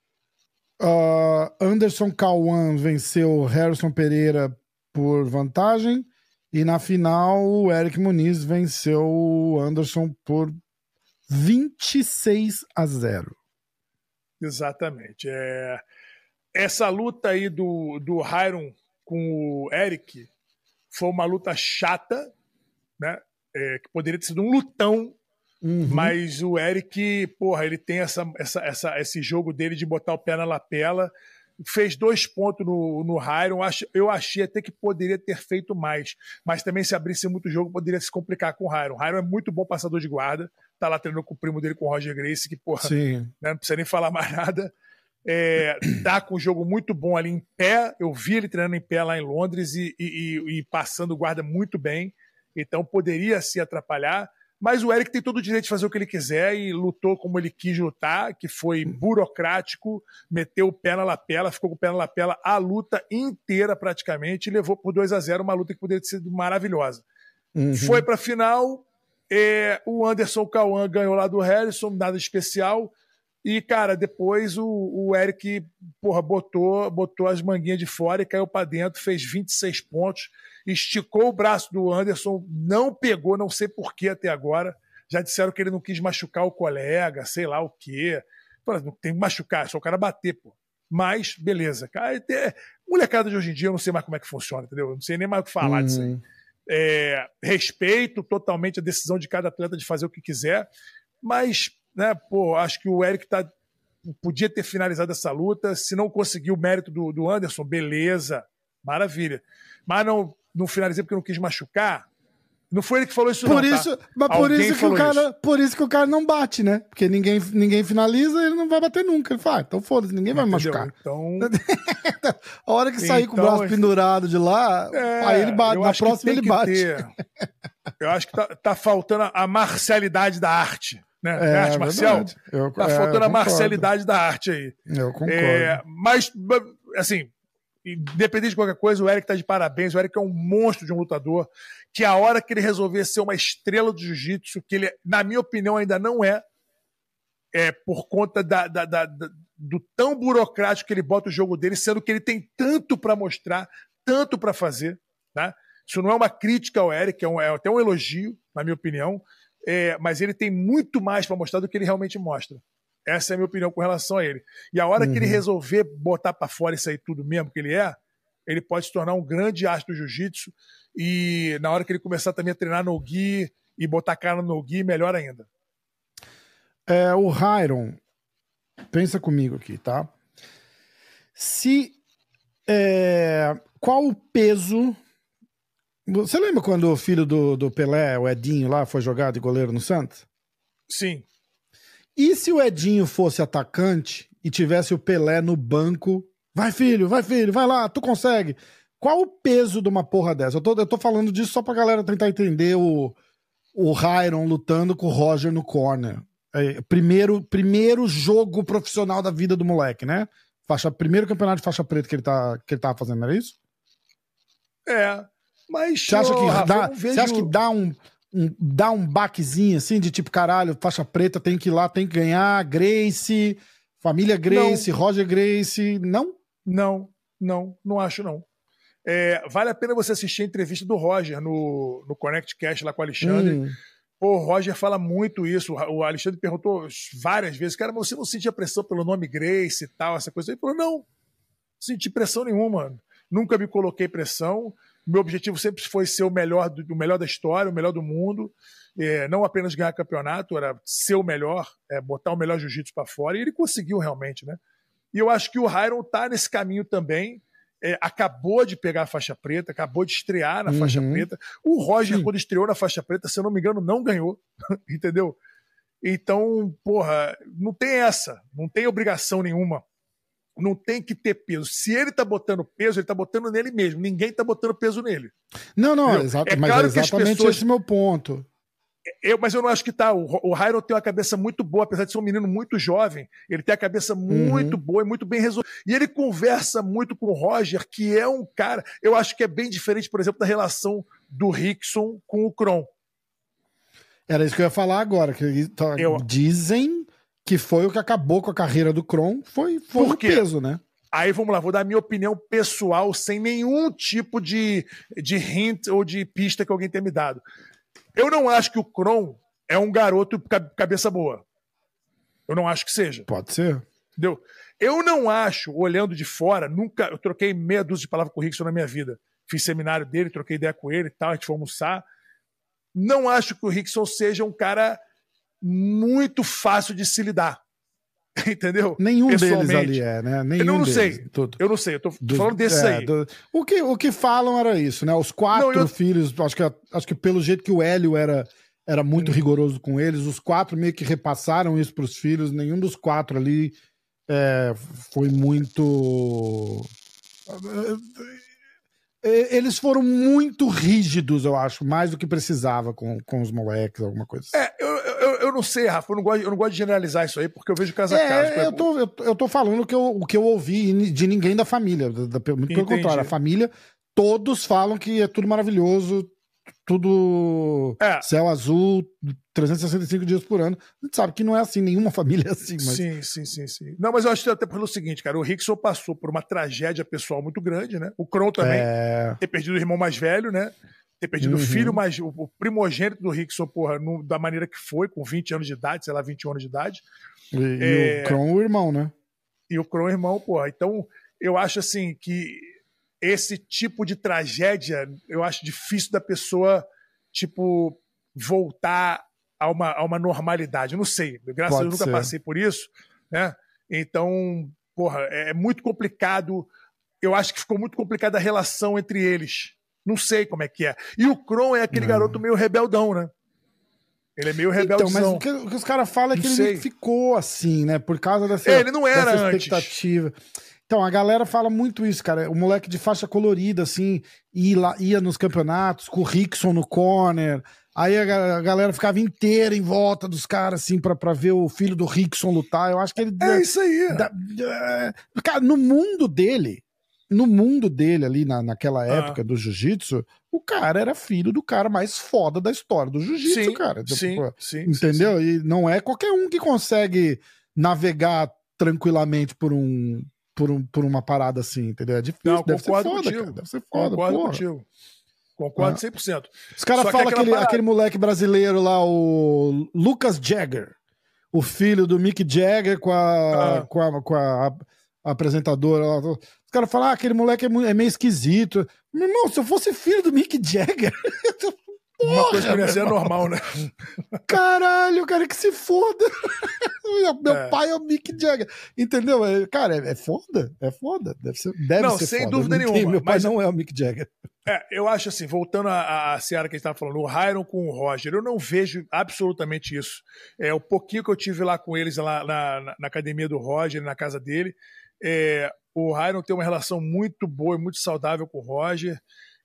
Anderson Cauã venceu Harrison Pereira por vantagem. E na final, o Eric Muniz venceu o Anderson por 26-0. Exatamente. Essa luta aí do Hyron com o Eric foi uma luta chata, né? Que poderia ter sido um lutão, mas o Eric, porra, ele tem esse jogo dele de botar o pé na lapela, fez 2 pontos no Hyron. Eu achei até que poderia ter feito mais, mas também se abrisse muito jogo poderia se complicar com o Hyron. O Hyron é muito bom passador de guarda, tá lá treinando com o primo dele, com o Roger Gracie, que, porra, né, não precisa nem falar mais nada. Tá com um jogo muito bom ali em pé. Eu vi ele treinando em pé lá em Londres e passando guarda muito bem. então poderia se atrapalhar, mas o Eric tem todo o direito de fazer o que ele quiser e lutou como ele quis lutar, que foi burocrático, meteu o pé na lapela, ficou com o pé na lapela a luta inteira praticamente e levou por 2-0 uma luta que poderia ter sido maravilhosa. Foi para a final, o Anderson Cauã ganhou lá do Harrison, nada especial. E, cara, depois o Eric, botou as manguinhas de fora e caiu pra dentro, fez 26 pontos, esticou o braço do Anderson, não pegou, não sei por que até agora. Já disseram que ele não quis machucar o colega, sei lá o quê. Não tem que machucar, é só o cara bater, pô. Mas, beleza. Cara, molecada de hoje em dia, eu não sei mais como é que funciona, entendeu? Eu não sei nem mais o que falar disso aí. Respeito totalmente a decisão de cada atleta de fazer o que quiser, mas... né, acho que o Eric podia ter finalizado essa luta. Se não conseguiu o mérito do Anderson, beleza, maravilha. Mas não finalizei porque não quis machucar. Não foi ele que falou isso, por isso, tá? Mas por isso que o cara não bate, né? Porque ninguém finaliza, ele não vai bater nunca. Ele fala, então foda-se, ninguém vai me machucar. Então... a hora que sair com o braço pendurado de lá, aí ele bate. Na próxima ele bate. Eu acho que tá faltando a marcialidade da arte. Né? Arte marcial? Tá faltando a marcialidade da arte aí. Eu concordo. Mas, assim, independente de qualquer coisa, o Eric tá de parabéns. O Eric é um monstro de um lutador que a hora que ele resolver ser uma estrela do jiu-jitsu, que ele, na minha opinião, ainda não por conta do tão burocrático que ele bota o jogo dele, sendo que ele tem tanto para mostrar, tanto para fazer. Tá? Isso não é uma crítica ao Eric, é até um elogio, na minha opinião. Mas ele tem muito mais para mostrar do que ele realmente mostra. Essa é a minha opinião com relação a ele. E a hora que ele resolver botar para fora isso aí tudo mesmo que ele pode se tornar um grande astro do jiu-jitsu, e na hora que ele começar também a treinar no gi e botar a cara no gi, melhor ainda. O Rairon, pensa comigo aqui, tá? Qual o peso... Você lembra quando o filho do Pelé, o Edinho lá, foi jogar de goleiro no Santos? Sim. E se o Edinho fosse atacante e tivesse o Pelé no banco? Vai filho, vai lá, tu consegue. Qual o peso de uma porra dessa? Eu tô falando disso só pra galera tentar entender o Rairon lutando com o Roger no corner. Primeiro jogo profissional da vida do moleque, né? Primeiro campeonato de faixa preta que ele tava fazendo, não era isso? Mas você acha que dá um baquezinho assim de tipo, caralho, faixa preta tem que ir lá, tem que ganhar, Gracie, família Gracie, não. Roger Gracie, não? Não acho não. Vale a pena você assistir a entrevista do Roger no Connect Cast lá com o Alexandre. O Roger fala muito isso. O Alexandre perguntou várias vezes, cara, mas você não sentia pressão pelo nome Gracie e tal, essa coisa? Ele falou, não senti pressão nenhuma, mano. Nunca me coloquei pressão. Meu objetivo sempre foi ser o melhor da história, o melhor do mundo. Não apenas ganhar campeonato, era ser o melhor, botar o melhor jiu-jitsu para fora. E ele conseguiu realmente, né? E eu acho que o Rairon tá nesse caminho também. Acabou de pegar a faixa preta, acabou de estrear na faixa preta. O Roger, quando estreou na faixa preta, se eu não me engano, não ganhou. Entendeu? Então, porra, não tem essa. Não tem obrigação nenhuma. Não tem que ter peso. Se ele tá botando peso, ele tá botando nele mesmo. Ninguém tá botando peso nele. Não, mas claro é exatamente esse o meu ponto. Mas eu não acho que tá. O Rairon tem uma cabeça muito boa, apesar de ser um menino muito jovem. Ele tem a cabeça muito boa e muito bem resolvida. E ele conversa muito com o Roger, que é um cara... Eu acho que é bem diferente, por exemplo, da relação do Rickson com o Kron. Era isso que eu ia falar agora. Dizem... que foi o que acabou com a carreira do Kron, foi o peso, né? Aí vamos lá, vou dar a minha opinião pessoal, sem nenhum tipo de hint ou de pista que alguém tenha me dado. Eu não acho que o Kron é um garoto cabeça boa. Eu não acho que seja. Pode ser. Entendeu? Eu não acho, olhando de fora, eu troquei meia dúzia de palavras com o Rickson na minha vida. Fiz seminário dele, troquei ideia com ele e tal, a gente foi almoçar. Não acho que o Rickson seja um cara muito fácil de se lidar. Entendeu? Nenhum deles ali né? Eu não sei. Eu não sei, eu tô falando desses aí. O que falam era isso, né? Os quatro filhos, acho que pelo jeito que o Hélio era muito rigoroso com eles, os quatro meio que repassaram isso pros filhos, nenhum dos quatro ali foi muito... Eles foram muito rígidos, eu acho, mais do que precisava com os moleques, alguma coisa assim. Eu não sei, Rafa, eu não gosto de generalizar isso aí, porque eu vejo caso a caso. Eu tô falando o que eu ouvi de ninguém da família. Muito pelo contrário, a família, todos falam que é tudo maravilhoso, tudo céu azul, 365 dias por ano. A gente sabe que não é assim, nenhuma família é assim. Mas... Sim. Não, mas eu acho que até pelo seguinte, cara, o Rickson passou por uma tragédia pessoal muito grande, né? O Kron também, ter perdido o irmão mais velho, né? Ter perdido o filho mais... O primogênito do Rickson, porra, da maneira que foi, com 20 anos de idade, sei lá, 21 anos de idade. E o Kron, o irmão, né? E o Kron, irmão, porra. Então, eu acho assim que esse tipo de tragédia, eu acho difícil da pessoa, tipo, voltar a uma normalidade. Eu não sei, graças a Deus nunca passei por isso, né? Então, porra, é muito complicado. Eu acho que ficou muito complicada a relação entre eles. Não sei como é que é. E o Kron é aquele garoto meio rebeldão, né? Ele é meio rebeldão. Então, mas o que os caras falam é que ele ficou assim, né? Por causa dessa, ele não era dessa expectativa. Antes. Então, a galera fala muito isso, cara. O moleque de faixa colorida, assim, ia nos campeonatos com o Rickson no corner. Aí a galera ficava inteira em volta dos caras, assim, pra ver o filho do Rickson lutar. Eu acho que ele... É isso aí. Cara, no mundo dele ali, naquela época do jiu-jitsu, o cara era filho do cara mais foda da história do jiu-jitsu, cara. Sim, entendeu? Sim. E não é qualquer um que consegue navegar tranquilamente por uma parada assim, entendeu? É difícil, não, deve ser foda, cara. Deve ser foda, concordo contigo. Concordo 100%. Os caras falam aquele moleque brasileiro lá, o Lucas Jagger, o filho do Mick Jagger com a apresentadora lá. Os caras falam, aquele moleque é meio esquisito. Meu irmão, se eu fosse filho do Mick Jagger... Uma coisa que não ia ser normal, né? Caralho, cara, que se foda. Meu pai é o Mick Jagger. Entendeu? Cara, é foda. É foda. Deve ser não, ser sem foda. dúvida nenhuma. Meu pai não é o Mick Jagger. Eu acho assim, voltando à seara que a gente estava falando, o Ryan com o Roger, eu não vejo absolutamente isso. O pouquinho que eu tive lá com eles, lá na academia do Roger, na casa dele, o Ryan tem uma relação muito boa e muito saudável com o Roger.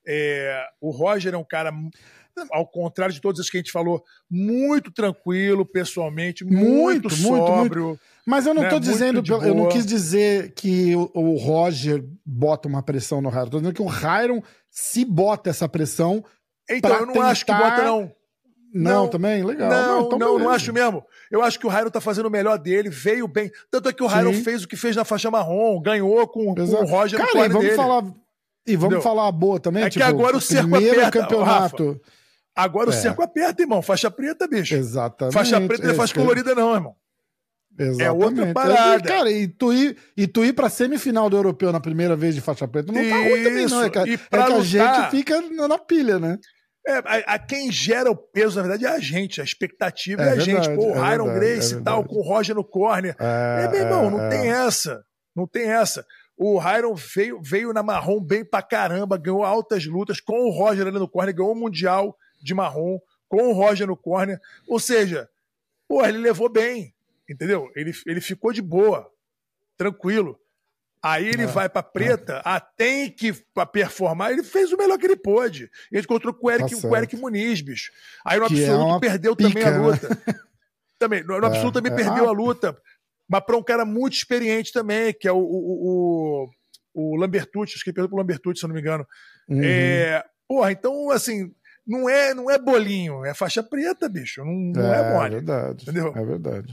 O Roger é um cara, ao contrário de todos os que a gente falou, muito tranquilo pessoalmente, muito sóbrio. Muito. Mas eu não tô dizendo, eu não quis dizer que o Roger bota uma pressão no Hyron, tô dizendo que o Hyron se bota essa pressão. Então, eu não acho que bota, não. Não, também? Legal. Não acho mesmo. Eu acho que o Hyron tá fazendo o melhor dele, veio bem. Tanto é que o Hyron fez o que fez na faixa marrom, ganhou com o Roger no corner dele. Vamos falar a boa também, que agora o cerco aperta, campeonato. Rafa, agora o cerco aperta, irmão. Faixa preta, bicho. Exatamente. Faixa preta não é faixa colorida, não, irmão. Exatamente. É outra parada. Cara, e tu ir pra semifinal do europeu na primeira vez de faixa preta não tá ruim também, não. É que a gente fica na pilha, né? A quem gera o peso, na verdade, é a gente. A expectativa é a gente. Pô, o Hyron Gracie e tal, com o Roger no corner. Meu irmão, não tem essa. Não tem essa. O Hyron veio na marrom bem pra caramba, ganhou altas lutas com o Roger ali no corner, ganhou o Mundial de marrom com o Roger no corner. Ou seja, pô, ele levou bem, entendeu? Ele ficou de boa, tranquilo. Aí ele vai pra preta, tem que performar, ele fez o melhor que ele pôde. Ele encontrou com o Eric Muniz, bicho. Aí no absoluto perdeu também a luta. Também, no absoluto também perdeu a luta. Mas para um cara muito experiente também, que é o Lambertucci, acho que ele perdeu pro Lambertucci, se eu não me engano. Porra, então, assim, não é bolinho, é faixa preta, bicho. Não é mole. É verdade. Entendeu? É verdade.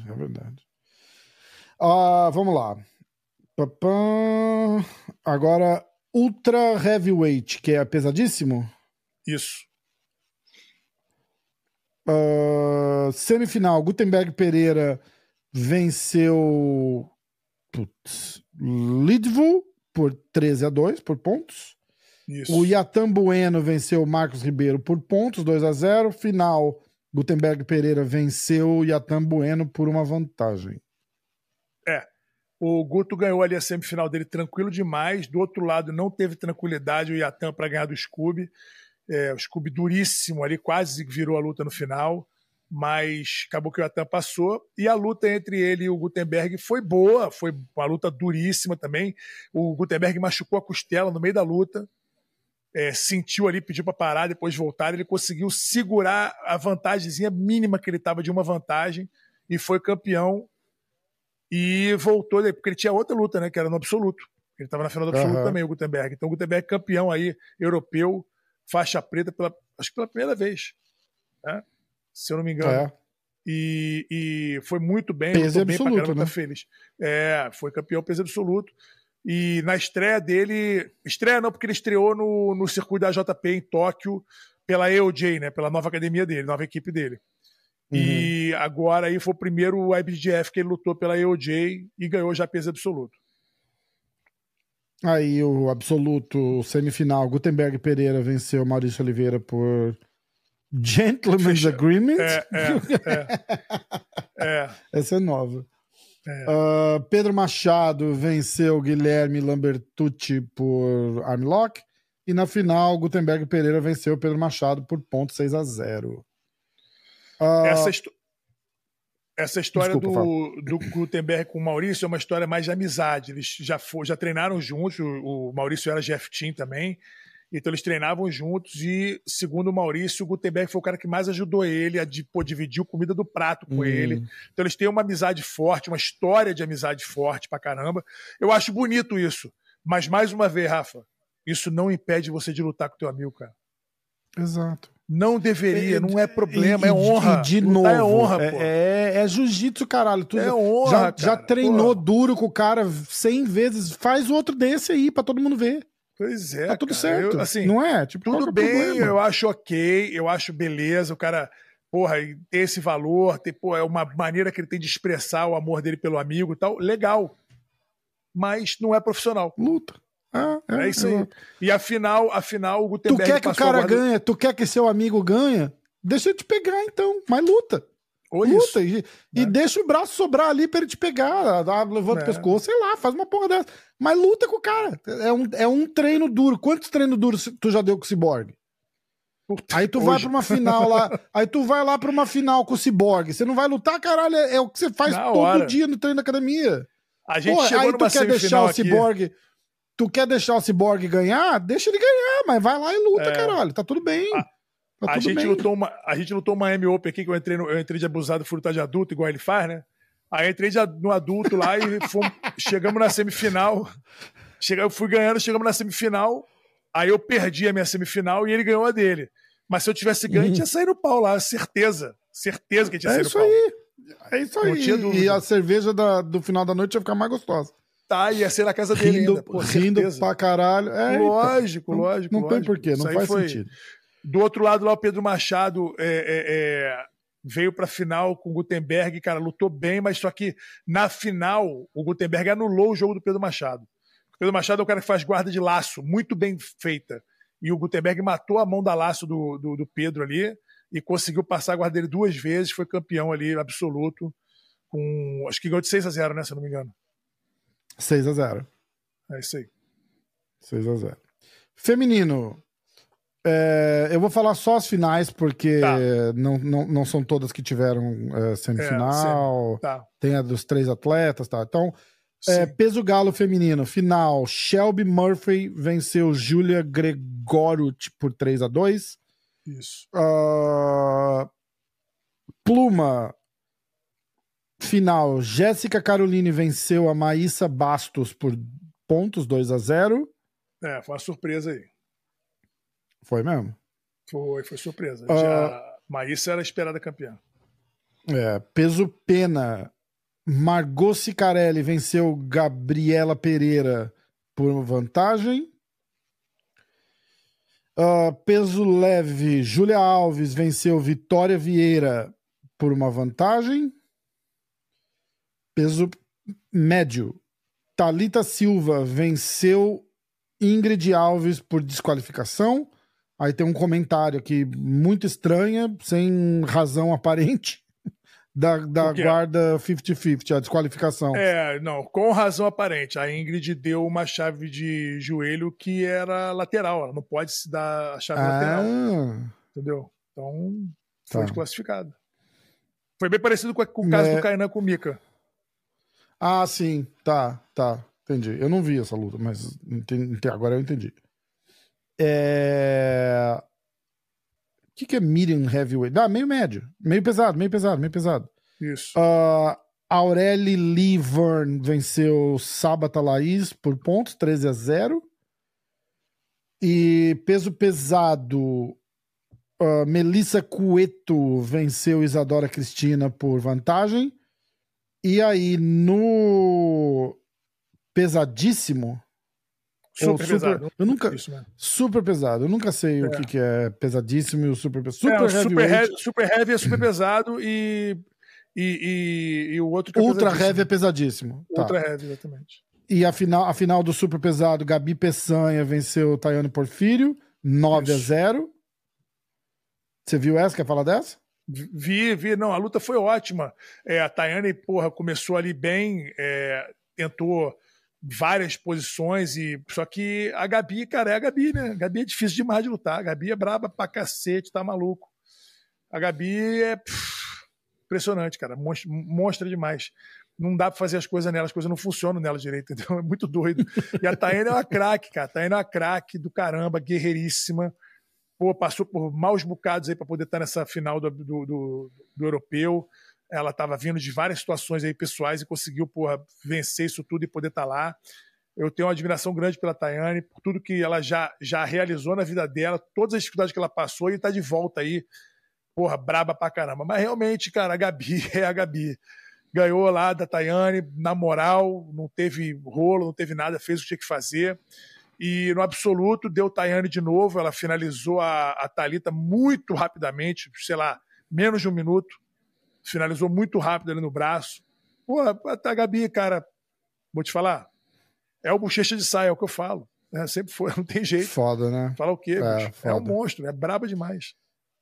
Vamos lá. Agora, Ultra Heavyweight, que é pesadíssimo? Isso. Semifinal, Gutenberg Pereira venceu Lidvo por 13-2 por pontos. Isso. O Yatan Bueno venceu o Marcos Ribeiro por pontos, 2-0. Final, Gutenberg Pereira venceu o Yatan Bueno por uma vantagem. O Guto ganhou ali a semifinal dele tranquilo demais. Do outro lado, não teve tranquilidade o Yatan para ganhar do Scooby. O Scooby duríssimo ali, quase virou a luta no final. Mas acabou que o Yatan passou. E a luta entre ele e o Gutenberg foi boa. Foi uma luta duríssima também. O Gutenberg machucou a costela no meio da luta. sentiu ali, pediu para parar, depois voltar, ele conseguiu segurar a vantagemzinha mínima que ele estava de uma vantagem e foi campeão e voltou, porque ele tinha outra luta, né, que era no absoluto. Ele estava na final do absoluto também, o Guttenberg. Então o Guttenberg campeão aí, europeu, faixa preta, acho que pela primeira vez, né? Se eu não me engano. E foi muito bem, peso lutou bem absoluto, pra caramba, né? tá feliz. Foi campeão peso absoluto. E na estreia dele... Estreia não, porque ele estreou no circuito da JP em Tóquio pela EOJ, né? Pela nova academia dele, nova equipe dele. E agora aí foi o primeiro IBJJF que ele lutou pela EOJ e ganhou já peso absoluto. Aí o absoluto semifinal, Guttenberg Pereira venceu Maurício Oliveira por Gentleman's Agreement. Essa é nova. Pedro Machado venceu Guilherme Lambertucci por armlock. E na final, Guttenberg Pereira venceu Pedro Machado por ponto 6-0. Essa história Desculpa, do Guttenberg com o Maurício é uma história mais de amizade. Eles já treinaram juntos, o Maurício era GF Team também, então eles treinavam juntos e, segundo o Maurício, o Guttenberg foi o cara que mais ajudou ele a dividir a comida do prato com ele. Então eles têm uma amizade forte, uma história de amizade forte pra caramba. Eu acho bonito isso, mas mais uma vez, Rafa, isso não impede você de lutar com o teu amigo, cara. Exato. Não deveria, não é problema, é honra. E de novo, é honra, pô. É jiu-jitsu, caralho. Tu honra, já treinou duro com o cara 100 vezes, faz outro desse aí pra todo mundo ver. Pois é, tá tudo cara. certo, assim, não é? Tipo, tudo bem, eu acho ok, eu acho beleza, o cara, porra, ter esse valor, é uma maneira que ele tem de expressar o amor dele pelo amigo e tal, legal. Mas não é profissional. Luta. É isso aí. E afinal, o Guttenberg... Tu quer que o cara ganhe? Tu quer que seu amigo ganhe? Deixa ele te pegar, então. Mas luta. Luta. E deixa o braço sobrar ali pra ele te pegar. Levanta o pescoço, sei lá, faz uma porra dessa. Mas luta com o cara. É um treino duro. Quantos treinos duros tu já deu com o Cyborg? Aí tu vai pra uma final lá. Aí tu vai lá pra uma final com o Cyborg. Você não vai lutar, caralho? É o que você faz todo dia no treino da academia. A gente chegou numa semifinal aqui. Tu quer deixar o Cyborg ganhar? Deixa ele ganhar, mas vai lá e luta, caralho. Tá tudo bem. A gente lutou uma M Open aqui, que eu entrei de abusado, fui lutar de adulto, igual ele faz, né? Aí entrei no adulto lá e chegamos na semifinal. Eu fui ganhando, chegamos na semifinal. Aí eu perdi a minha semifinal e ele ganhou a dele. Mas se eu tivesse ganho, tinha saído no pau lá, certeza. Certeza que tinha saído no pau. É isso aí. E a cerveja do final da noite ia ficar mais gostosa. Tá, ia ser na casa dele ainda. Rindo pra caralho. Lógico. Não tem porquê, não faz sentido. Do outro lado lá, o Pedro Machado veio pra final com o Guttenberg, cara, lutou bem, mas só que na final o Guttenberg anulou o jogo do Pedro Machado. O Pedro Machado é o cara que faz guarda de laço, muito bem feita. E o Guttenberg matou a mão da laço do Pedro ali e conseguiu passar a guarda dele 2 vezes, foi campeão ali, absoluto, acho que ganhou de 6-0, né, se eu não me engano. 6-0. É isso aí. 6-0. Feminino. Eu vou falar só as finais, porque não são todas que tiveram semifinal. Tem a dos 3 atletas. Tá. Então, peso galo feminino. Final. Shelby Murphy venceu Julia Gregorut por 3-2. Isso. Pluma. Final, Jéssica Caroline venceu a Maísa Bastos por pontos, 2-0. Foi uma surpresa aí. Foi mesmo? Foi surpresa. A Maísa era a esperada campeã. Peso pena, Margot Cicarelli venceu Gabriela Pereira por vantagem. Peso leve, Júlia Alves venceu Vitória Vieira por uma vantagem. Peso médio, Thalita Silva venceu Ingrid Alves por desqualificação. Aí tem um comentário aqui muito estranho, sem razão aparente, da guarda 50-50, a desqualificação. Não, com razão aparente. A Ingrid deu uma chave de joelho que era lateral, ela não pode se dar a chave lateral. Entendeu? Então, foi desclassificada. Foi bem parecido com o caso do Kainan com o Mika. Sim, tá, entendi. Eu não vi essa luta, mas agora eu entendi. O que é medium heavyweight? Meio médio. Meio pesado. Isso. Aurélie Lee Verne venceu Sabata Laís por pontos, 13-0. E peso pesado, Melissa Cueto venceu Isadora Cristina por vantagem. E aí, no pesadíssimo... Super pesado. Eu nunca... Isso mesmo. Super pesado. Eu nunca sei o que é pesadíssimo e o super pesado. Super heavy é super pesado e o outro que é Ultra heavy é pesadíssimo. Ultra heavy, exatamente. E a final do super pesado, Gabi Peçanha venceu Tayane Porfírio, 9-0. Você viu essa? Quer falar dessa? Vi. Não, a luta foi ótima. A Tayane, começou ali bem, tentou várias posições, só que a Gabi, cara, é a Gabi, né? A Gabi é difícil demais de lutar. A Gabi é braba pra cacete, tá maluco. A Gabi é impressionante, cara. Monstra demais. Não dá pra fazer as coisas nela, as coisas não funcionam nela direito, entendeu? É muito doido. E a Tayane é uma craque, cara. A Tayane é uma craque do caramba, guerreiríssima. Passou por maus bocados aí pra poder estar nessa final do europeu. Ela estava vindo de várias situações aí pessoais e conseguiu, vencer isso tudo e poder estar lá. Eu tenho uma admiração grande pela Tayane, por tudo que ela já realizou na vida dela, todas as dificuldades que ela passou e tá de volta aí, braba pra caramba. Mas realmente, cara, a Gabi é a Gabi. Ganhou lá da Tayane, na moral, não teve rolo, não teve nada, fez o que tinha que fazer. E no absoluto, deu Tayane de novo, ela finalizou a Thalita muito rapidamente, sei lá, menos de um minuto. Finalizou muito rápido ali no braço. A Gabi, cara, vou te falar, é o bochecha de saia, é o que eu falo. Sempre foi, não tem jeito. Foda, né? Fala o quê, bicho? É um monstro, é braba demais.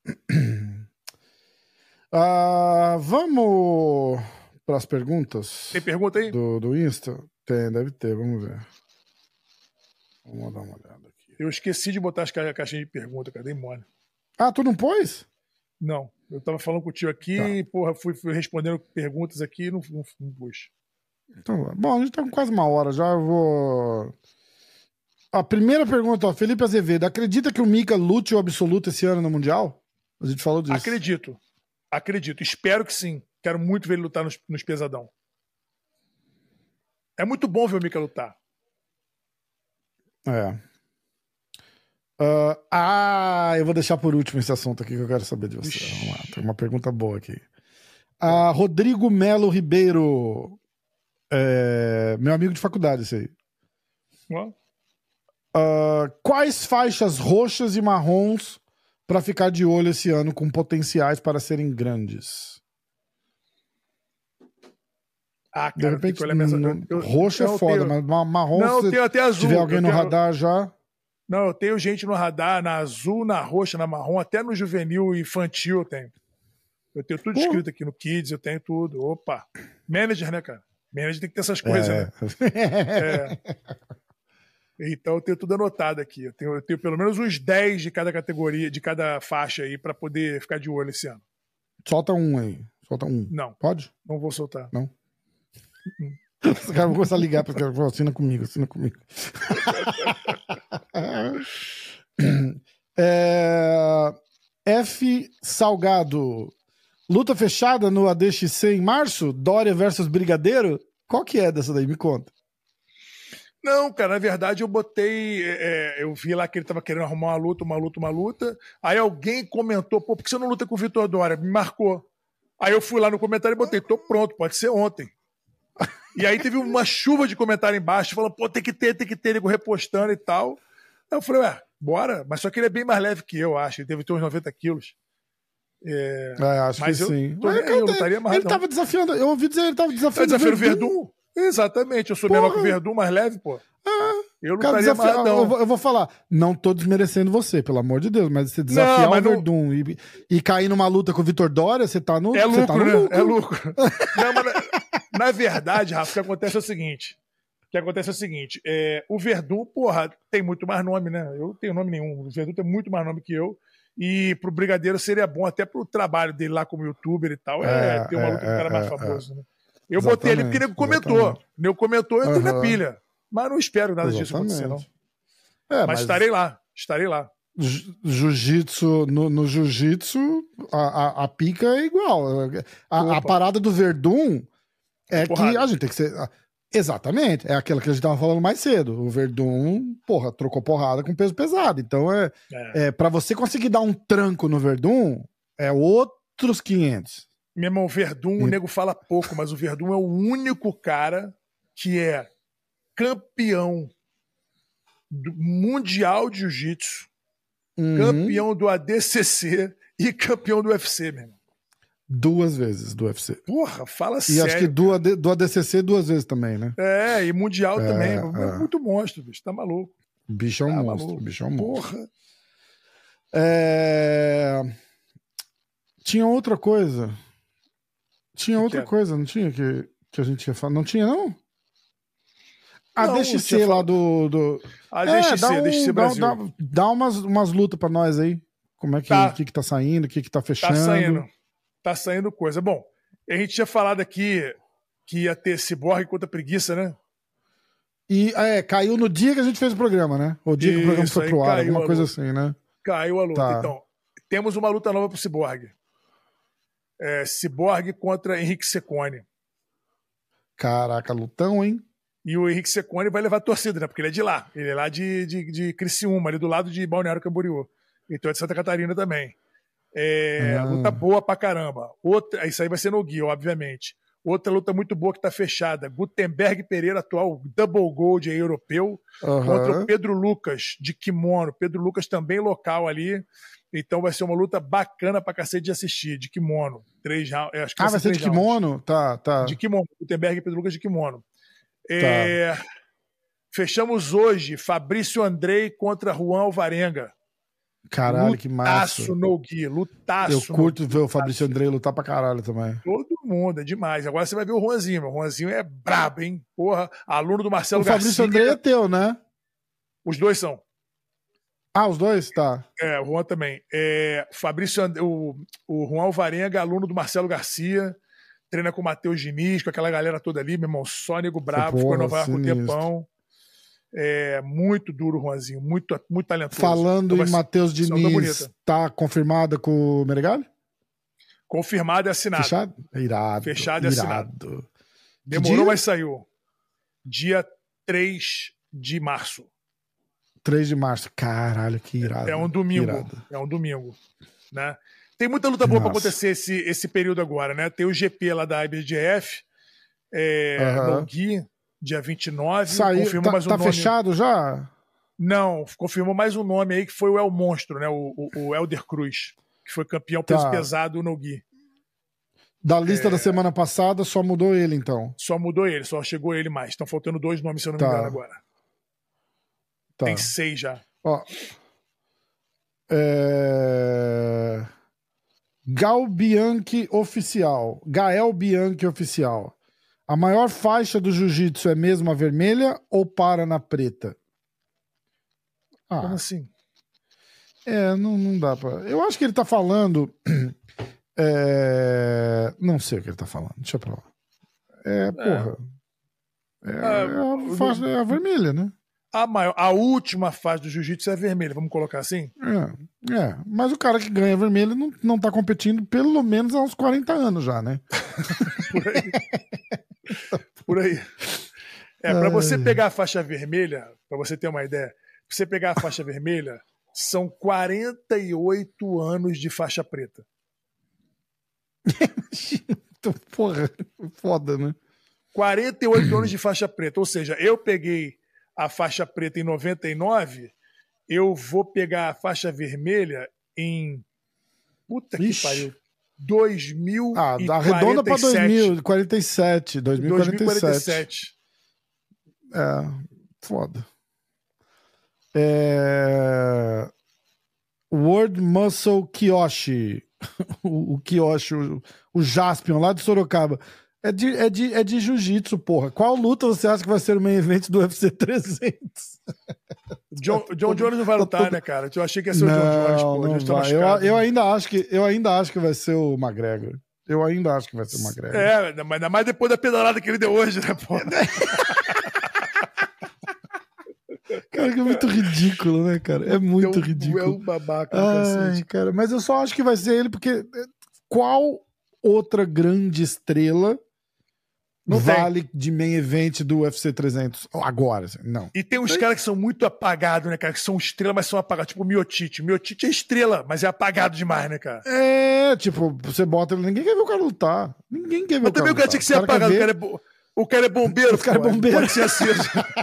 Vamos para as perguntas. Tem pergunta aí? Do Insta? Tem, deve ter, vamos ver. Vamos dar uma olhada aqui. Eu esqueci de botar as caixinhas de pergunta, cara, dei mole. Tu não pôs? Não, eu tava falando com o tio aqui e, fui respondendo perguntas aqui e não pus. Então, bom, a gente tá com quase uma hora já, eu vou... A primeira pergunta, Felipe Azevedo, acredita que o Mika lute o absoluto esse ano no Mundial? A gente falou disso. Acredito, espero que sim. Quero muito ver ele lutar nos pesadão. É muito bom ver o Mika lutar. Eu vou deixar por último esse assunto aqui que eu quero saber de você. Vamos lá, tem uma pergunta boa aqui. Rodrigo Melo Ribeiro. Meu amigo de faculdade, esse aí. Quais faixas roxas e marrons para ficar de olho esse ano com potenciais para serem grandes? Cara, de repente, roxo é foda, mas marrom, não, eu tenho até azul. Se tiver alguém no radar já... Não, eu tenho gente no radar, na azul, na roxa, na marrom, até no juvenil e infantil eu tenho. Eu tenho tudo escrito aqui no Kids, eu tenho tudo. Opa! Manager, né, cara? Manager tem que ter essas coisas, né? Então eu tenho tudo anotado aqui. Eu tenho pelo menos uns 10 de cada categoria, de cada faixa aí, pra poder ficar de olho esse ano. Solta um aí. Solta um. Não. Pode? Não vou soltar. Não. Os caras vão começar a ligar para os caras. Assina comigo. F. Salgado. Luta fechada no ADXC em março? Dória versus Brigadeiro? Qual que é dessa daí? Me conta. Não, cara, na verdade eu botei... eu vi lá que ele tava querendo arrumar uma luta. Aí alguém comentou, por que você não luta com o Vitor Dória? Me marcou. Aí eu fui lá no comentário e botei, tô pronto, pode ser ontem. E aí teve uma chuva de comentário embaixo, falando, tem que ter, nego repostando e tal. Aí eu falei, bora. Mas só que ele é bem mais leve que eu, acho. Ele deve ter uns 90 quilos. Acho mas que sim. Eu lutaria mais. Ele tava desafiando, eu ouvi dizer, ele tava desafiando o Verdun. Exatamente, eu sou menor que o Verdun, mais leve, pô. Eu lutaria mais eu vou falar, não tô desmerecendo você, pelo amor de Deus, mas você desafiar o Verdun e cair numa luta com o Vitor Dória, você tá no... É lucro, tá no né? lucro. É lucro. Não, mas na verdade, Rafa, o que acontece é o seguinte, o Verdun, tem muito mais nome, né? Eu não tenho nome nenhum, o Verdun tem muito mais nome que eu, e pro Brigadeiro seria bom, até pro trabalho dele lá como youtuber e tal, ter uma luta com um cara mais famoso, né? Eu botei ele porque o nego comentou. O nego comentou, eu entrei na pilha. Mas não espero nada disso acontecer, não. Mas estarei lá. Estarei lá. Jiu-jitsu, no jiu-jitsu, a pica é igual. A parada do Verdun é que a gente tem que ser... Exatamente, é aquela que a gente tava falando mais cedo. O Verdun, porra, trocou porrada com peso pesado. Então, pra você conseguir dar um tranco no Verdun, é outros 500. Meu irmão, o Verdun, o nego fala pouco, mas o Verdun é o único cara que é campeão do Mundial de Jiu-Jitsu, campeão do ADCC e campeão do UFC, meu irmão. 2 vezes do UFC. Porra, fala sério. E acho que do ADCC 2 vezes também, né? E Mundial também. É muito monstro, bicho. Tá maluco. Bicho é um monstro. Bicho é um monstro. Porra. Tinha outra coisa. Tinha outra coisa, não tinha? Que a gente ia falar. Não tinha, não? A DXC lá do... A DXC Brasil. Dá umas lutas pra nós aí. Como é que tá saindo, o que tá fechando. Tá saindo coisa. Bom, a gente tinha falado aqui que ia ter Cyborg contra Preguiça, né? E caiu no dia que a gente fez o programa, né? O dia que o programa foi pro ar, alguma coisa assim, né? Caiu a luta. Tá. Então, temos uma luta nova pro Cyborg. Cyborg contra Henrique Secone. Caraca, lutão, hein? E o Henrique Secone vai levar a torcida, né? Porque ele é de lá. Ele é lá de Criciúma, ali do lado de Balneário Camboriú. Então é de Santa Catarina também. Luta boa pra caramba. Isso aí vai ser no Gui, obviamente. Outra luta muito boa que tá fechada. Gutenberg Pereira, atual Double Gold europeu, contra o Pedro Lucas, de kimono. Pedro Lucas também local ali. Então vai ser uma luta bacana pra cacete de assistir, de kimono. 3 rounds. Acho que vai ser de kimono? Tá. De kimono. Gutenberg e Pedro Lucas de kimono. Fechamos hoje Fabrício Andrei contra Juan Alvarenga. Caralho, que massa. Lutaço no Gui, lutaço. Eu curto ver o Fabrício Andrei lutar pra caralho também. Todo mundo, é demais. Agora você vai ver o Juanzinho, meu. O Juanzinho é brabo, hein? Porra, aluno do Marcelo Garcia. O Fabrício Andrei é teu, né? Os dois são. Os dois? Tá. O Juan também. O Juan Alvarenga, aluno do Marcelo Garcia, treina com o Matheus Diniz, com aquela galera toda ali, meu irmão. Só nego brabo, ficou em Nova York um tempão. Muito duro, Juanzinho, muito talentoso. Falando em Matheus Diniz, tá confirmada com o Meregali? Confirmado e assinado. Fechado? Irado. Fechado e assinado. Demorou, mas saiu. Dia 3 de março. 3 de março. Caralho, que irado. É um domingo. É um domingo. Né? Tem muita luta boa pra acontecer esse período agora, né? Tem o GP lá da IBJJF, no Gui, dia 29. Confirmou mais um nome. Tá fechado já? Não, confirmou mais um nome aí que foi o El Monstro, né? O Elder Cruz, que foi campeão peso pesado no Gui. Da lista da semana passada, só mudou ele, então. Só mudou ele, só chegou ele mais. Estão faltando 2 nomes, se eu não me engano, agora. Tem 6 já. Gael Bianchi Oficial. A maior faixa do jiu-jitsu é mesmo a vermelha ou para na preta? Como assim? Não dá pra... Eu acho que ele tá falando... Não sei o que ele tá falando. Deixa pra lá. É a vermelha, né? A última fase do jiu-jitsu é a vermelha, vamos colocar assim? Mas o cara que ganha vermelho não tá competindo pelo menos há uns 40 anos já, né? Por aí. Pra você pegar a faixa vermelha, pra você ter uma ideia, pra você pegar a faixa vermelha, são 48 anos de faixa preta. Porra, foda, né? 48 anos de faixa preta, ou seja, eu peguei a faixa preta em 99, eu vou pegar a faixa vermelha em... Puta que pariu. 2047. Arredonda pra 2047. 2047. Foda. World Muscle Kiyoshi. o Kiyoshi, o Jaspion, lá de Sorocaba. É de jiu-jitsu, porra. Qual luta você acha que vai ser o main event do UFC 300? John Jones não vai lutar, né, cara? Eu achei que ia ser o John Jones, pô. Eu ainda acho que vai ser o McGregor. Eu ainda acho que vai ser o McGregor. Mas ainda mais depois da pedalada que ele deu hoje, né, pô? Cara, que é muito ridículo, né, cara? É muito ridículo. É um babaca, Ai, cara, mas eu só acho que vai ser ele, porque qual outra grande estrela Não vale de main event do UFC 300 agora? Assim, não. E tem uns caras que são muito apagados, né, cara? Que são estrela, mas são apagados. Tipo o Miotite. O Miotite é estrela, mas é apagado demais, né, cara? É, tipo, você bota ele, ninguém quer ver o cara lutar. Ninguém quer ver Mas o cara também o cara lutar. tinha que ser apagado. O cara é bombeiro, O cara é pô, bombeiro. Pode ser aceso.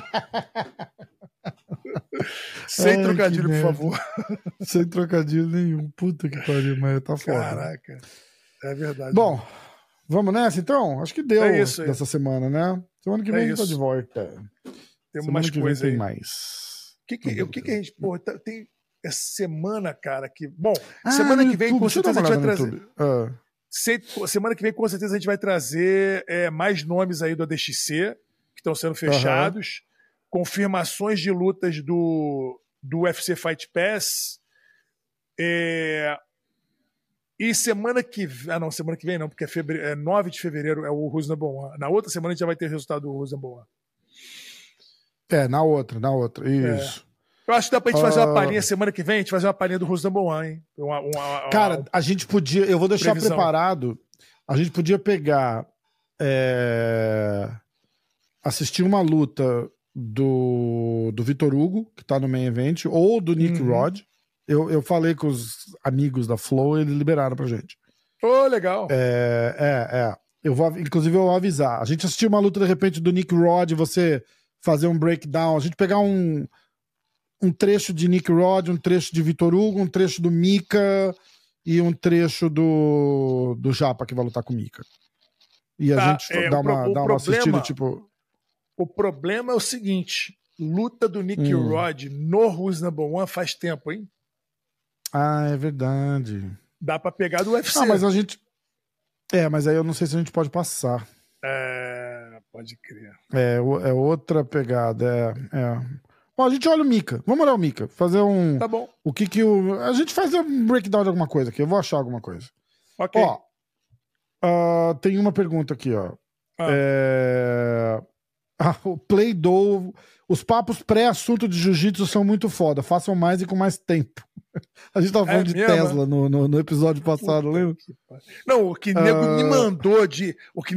Sem Ai, trocadilho, que por merda. favor. Sem trocadilho nenhum. Puta que pariu, mas tá foda. Caraca. É verdade. Bom, vamos nessa então? Acho que deu É isso aí. dessa semana, né? Semana que vem a gente tá isso. de volta. Tem Semana mais que vem coisa tem aí. mais. O que a gente. Porra, tem essa semana, cara, que. Bom, semana que vem, YouTube, com deixa eu dar certeza, a uma gente vai olhada no trazer. YouTube. Semana que vem, com certeza, a gente vai trazer mais nomes aí do ADXC, que estão sendo fechados, confirmações de lutas do UFC Fight Pass. E semana que vem. Ah, não, semana que vem não, porque é 9 de fevereiro é o Who's Number One. Na outra semana a gente já vai ter o resultado do Who's Number One. Na outra, isso. Eu acho que dá pra gente fazer uma palhinha semana que vem, a gente fazer uma palhinha do Who's Number One, hein? Cara, a gente podia. Eu vou deixar previsão. preparado. A gente podia pegar. Assistir uma luta do Vitor Hugo, que tá no main event, ou do Nick Rod. Eu falei com os amigos da Flow e eles liberaram pra gente. Legal. Inclusive, eu vou avisar. A gente assistir uma luta, de repente, do Nick Rod, você fazer um breakdown, a gente pegar um trecho de Nick Rod, um trecho de Vitor Hugo, um trecho do Mika e um trecho do Japa, que vai lutar com o Mika. E a gente dá uma assistida, tipo... O problema é o seguinte, luta do Nick Rod no Who's Number One faz tempo, hein? Ah, é verdade. Dá pra pegar do UFC. Ah, mas a gente... mas aí eu não sei se a gente pode passar. Pode crer. É outra pegada, Bom, a gente olha o Mika. Vamos olhar o Mika. Fazer um... Tá bom. O que a gente faz um breakdown de alguma coisa aqui. Eu vou achar alguma coisa. Ok. Ó, tem uma pergunta aqui, ó. O Play-Doh... Os papos pré-assunto de jiu-jitsu são muito foda. Façam mais e com mais tempo. A gente tava falando de mesmo, Tesla no episódio passado, lembra? Não, o que nego me mandou de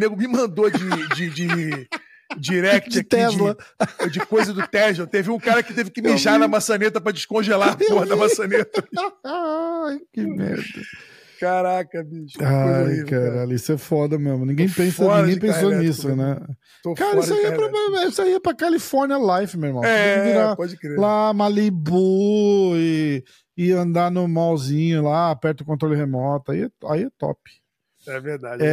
direct De aqui Tesla. de coisa do Tesla. Teve um cara que teve que mijar na maçaneta pra descongelar a porra da maçaneta. Ai, que merda. Caraca, bicho. Ai, caralho, isso é foda mesmo. Ninguém pensou nisso, né? Cara, isso aí é pra California Life, meu irmão. Pode crer. Lá, Malibu e andar no mallzinho lá, aperta o controle remoto. Aí é top. É verdade.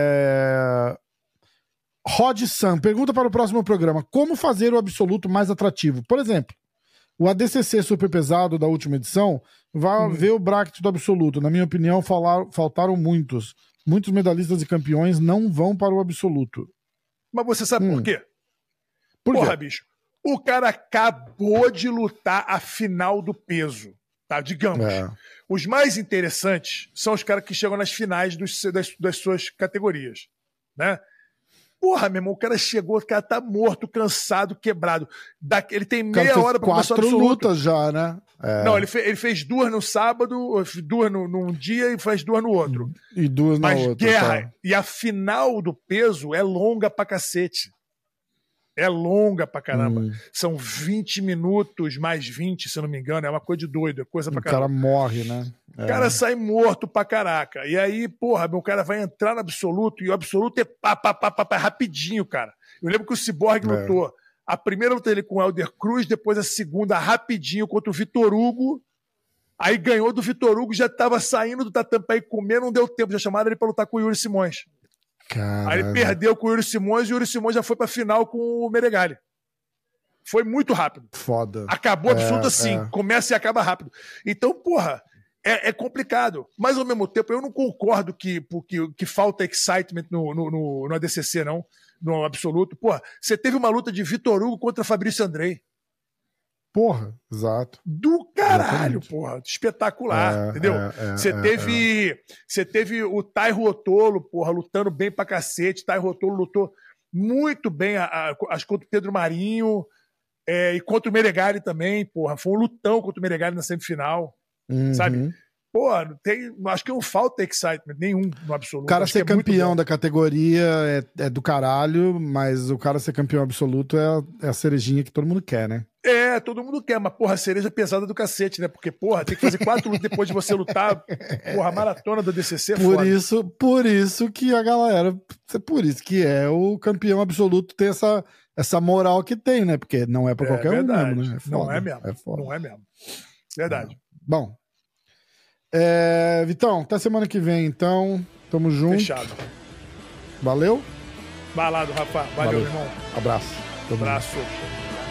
Rod Sam, pergunta para o próximo programa: como fazer o absoluto mais atrativo? Por exemplo, o ADCC super pesado da última edição vai ver o bracket do absoluto. Na minha opinião, faltaram muitos. Muitos medalhistas e campeões não vão para o absoluto. Mas você sabe por quê? Porra, bicho. O cara acabou de lutar a final do peso. Tá? Digamos. Os mais interessantes são os caras que chegam nas finais das suas categorias. Né? Porra, meu irmão, o cara chegou, o cara tá morto, cansado, quebrado. Ele tem meia hora pra começar o absoluto. 4 lutas já, né? Não, ele fez 2 no sábado, 2 num dia e fez 2 no outro. E 2 na outra. Guerra. Tá. E a final do peso é longa pra cacete. É longa pra caramba. São 20 minutos mais 20, se eu não me engano. É uma coisa de doido, é coisa pra caramba. O cara morre, né? O cara sai morto pra caraca. E aí, porra, meu cara vai entrar no absoluto e o absoluto é rapidinho, cara. Eu lembro que o Cyborg lutou a primeira luta dele com o Helder Cruz, depois a segunda rapidinho contra o Vitor Hugo. Aí ganhou do Vitor Hugo, já tava saindo do tatame pra ir comer, não deu tempo. Já chamaram ele pra lutar com o Yuri Simões. Caralho. Aí ele perdeu com o Yuri Simões e o Yuri Simões já foi pra final com o Meregali. Foi muito rápido. Foda. Acabou absoluto assim. Começa e acaba rápido. Então, porra, é complicado. Mas, ao mesmo tempo, eu não concordo que falta excitement no ADCC, não. No absoluto. Porra, você teve uma luta de Vitor Hugo contra Fabrício Andrei. Porra, exato. Do caralho, porra. Espetacular, entendeu? Você teve o Tairo Ottolo, porra, lutando bem pra cacete. Tairo Ottolo lutou muito bem as contra o Pedro Marinho. E contra o Meregali também, porra. Foi um lutão contra o Meregali na semifinal, Uhum. sabe? Pô, acho que não falta excitement nenhum no absoluto. O cara Acho ser que é muito campeão bom. da categoria é do caralho, mas o cara ser campeão absoluto é a cerejinha que todo mundo quer, né? Todo mundo quer, mas, porra, a cereja pesada do cacete, né? Porque, porra, tem que fazer 4 lutas depois de você lutar. Porra, a maratona do DCC é foda. Por isso que a galera. Por isso que o campeão absoluto tem essa moral que tem, né? Porque não é pra qualquer um mesmo, né? É foda, não é mesmo. foda. Não é mesmo. Verdade. Bom. Vitão, até semana que vem, então. Tamo junto. Fechado. Valeu. Balado, Rafa. Valeu, meu irmão. Abraço. Tamo junto. Abraço.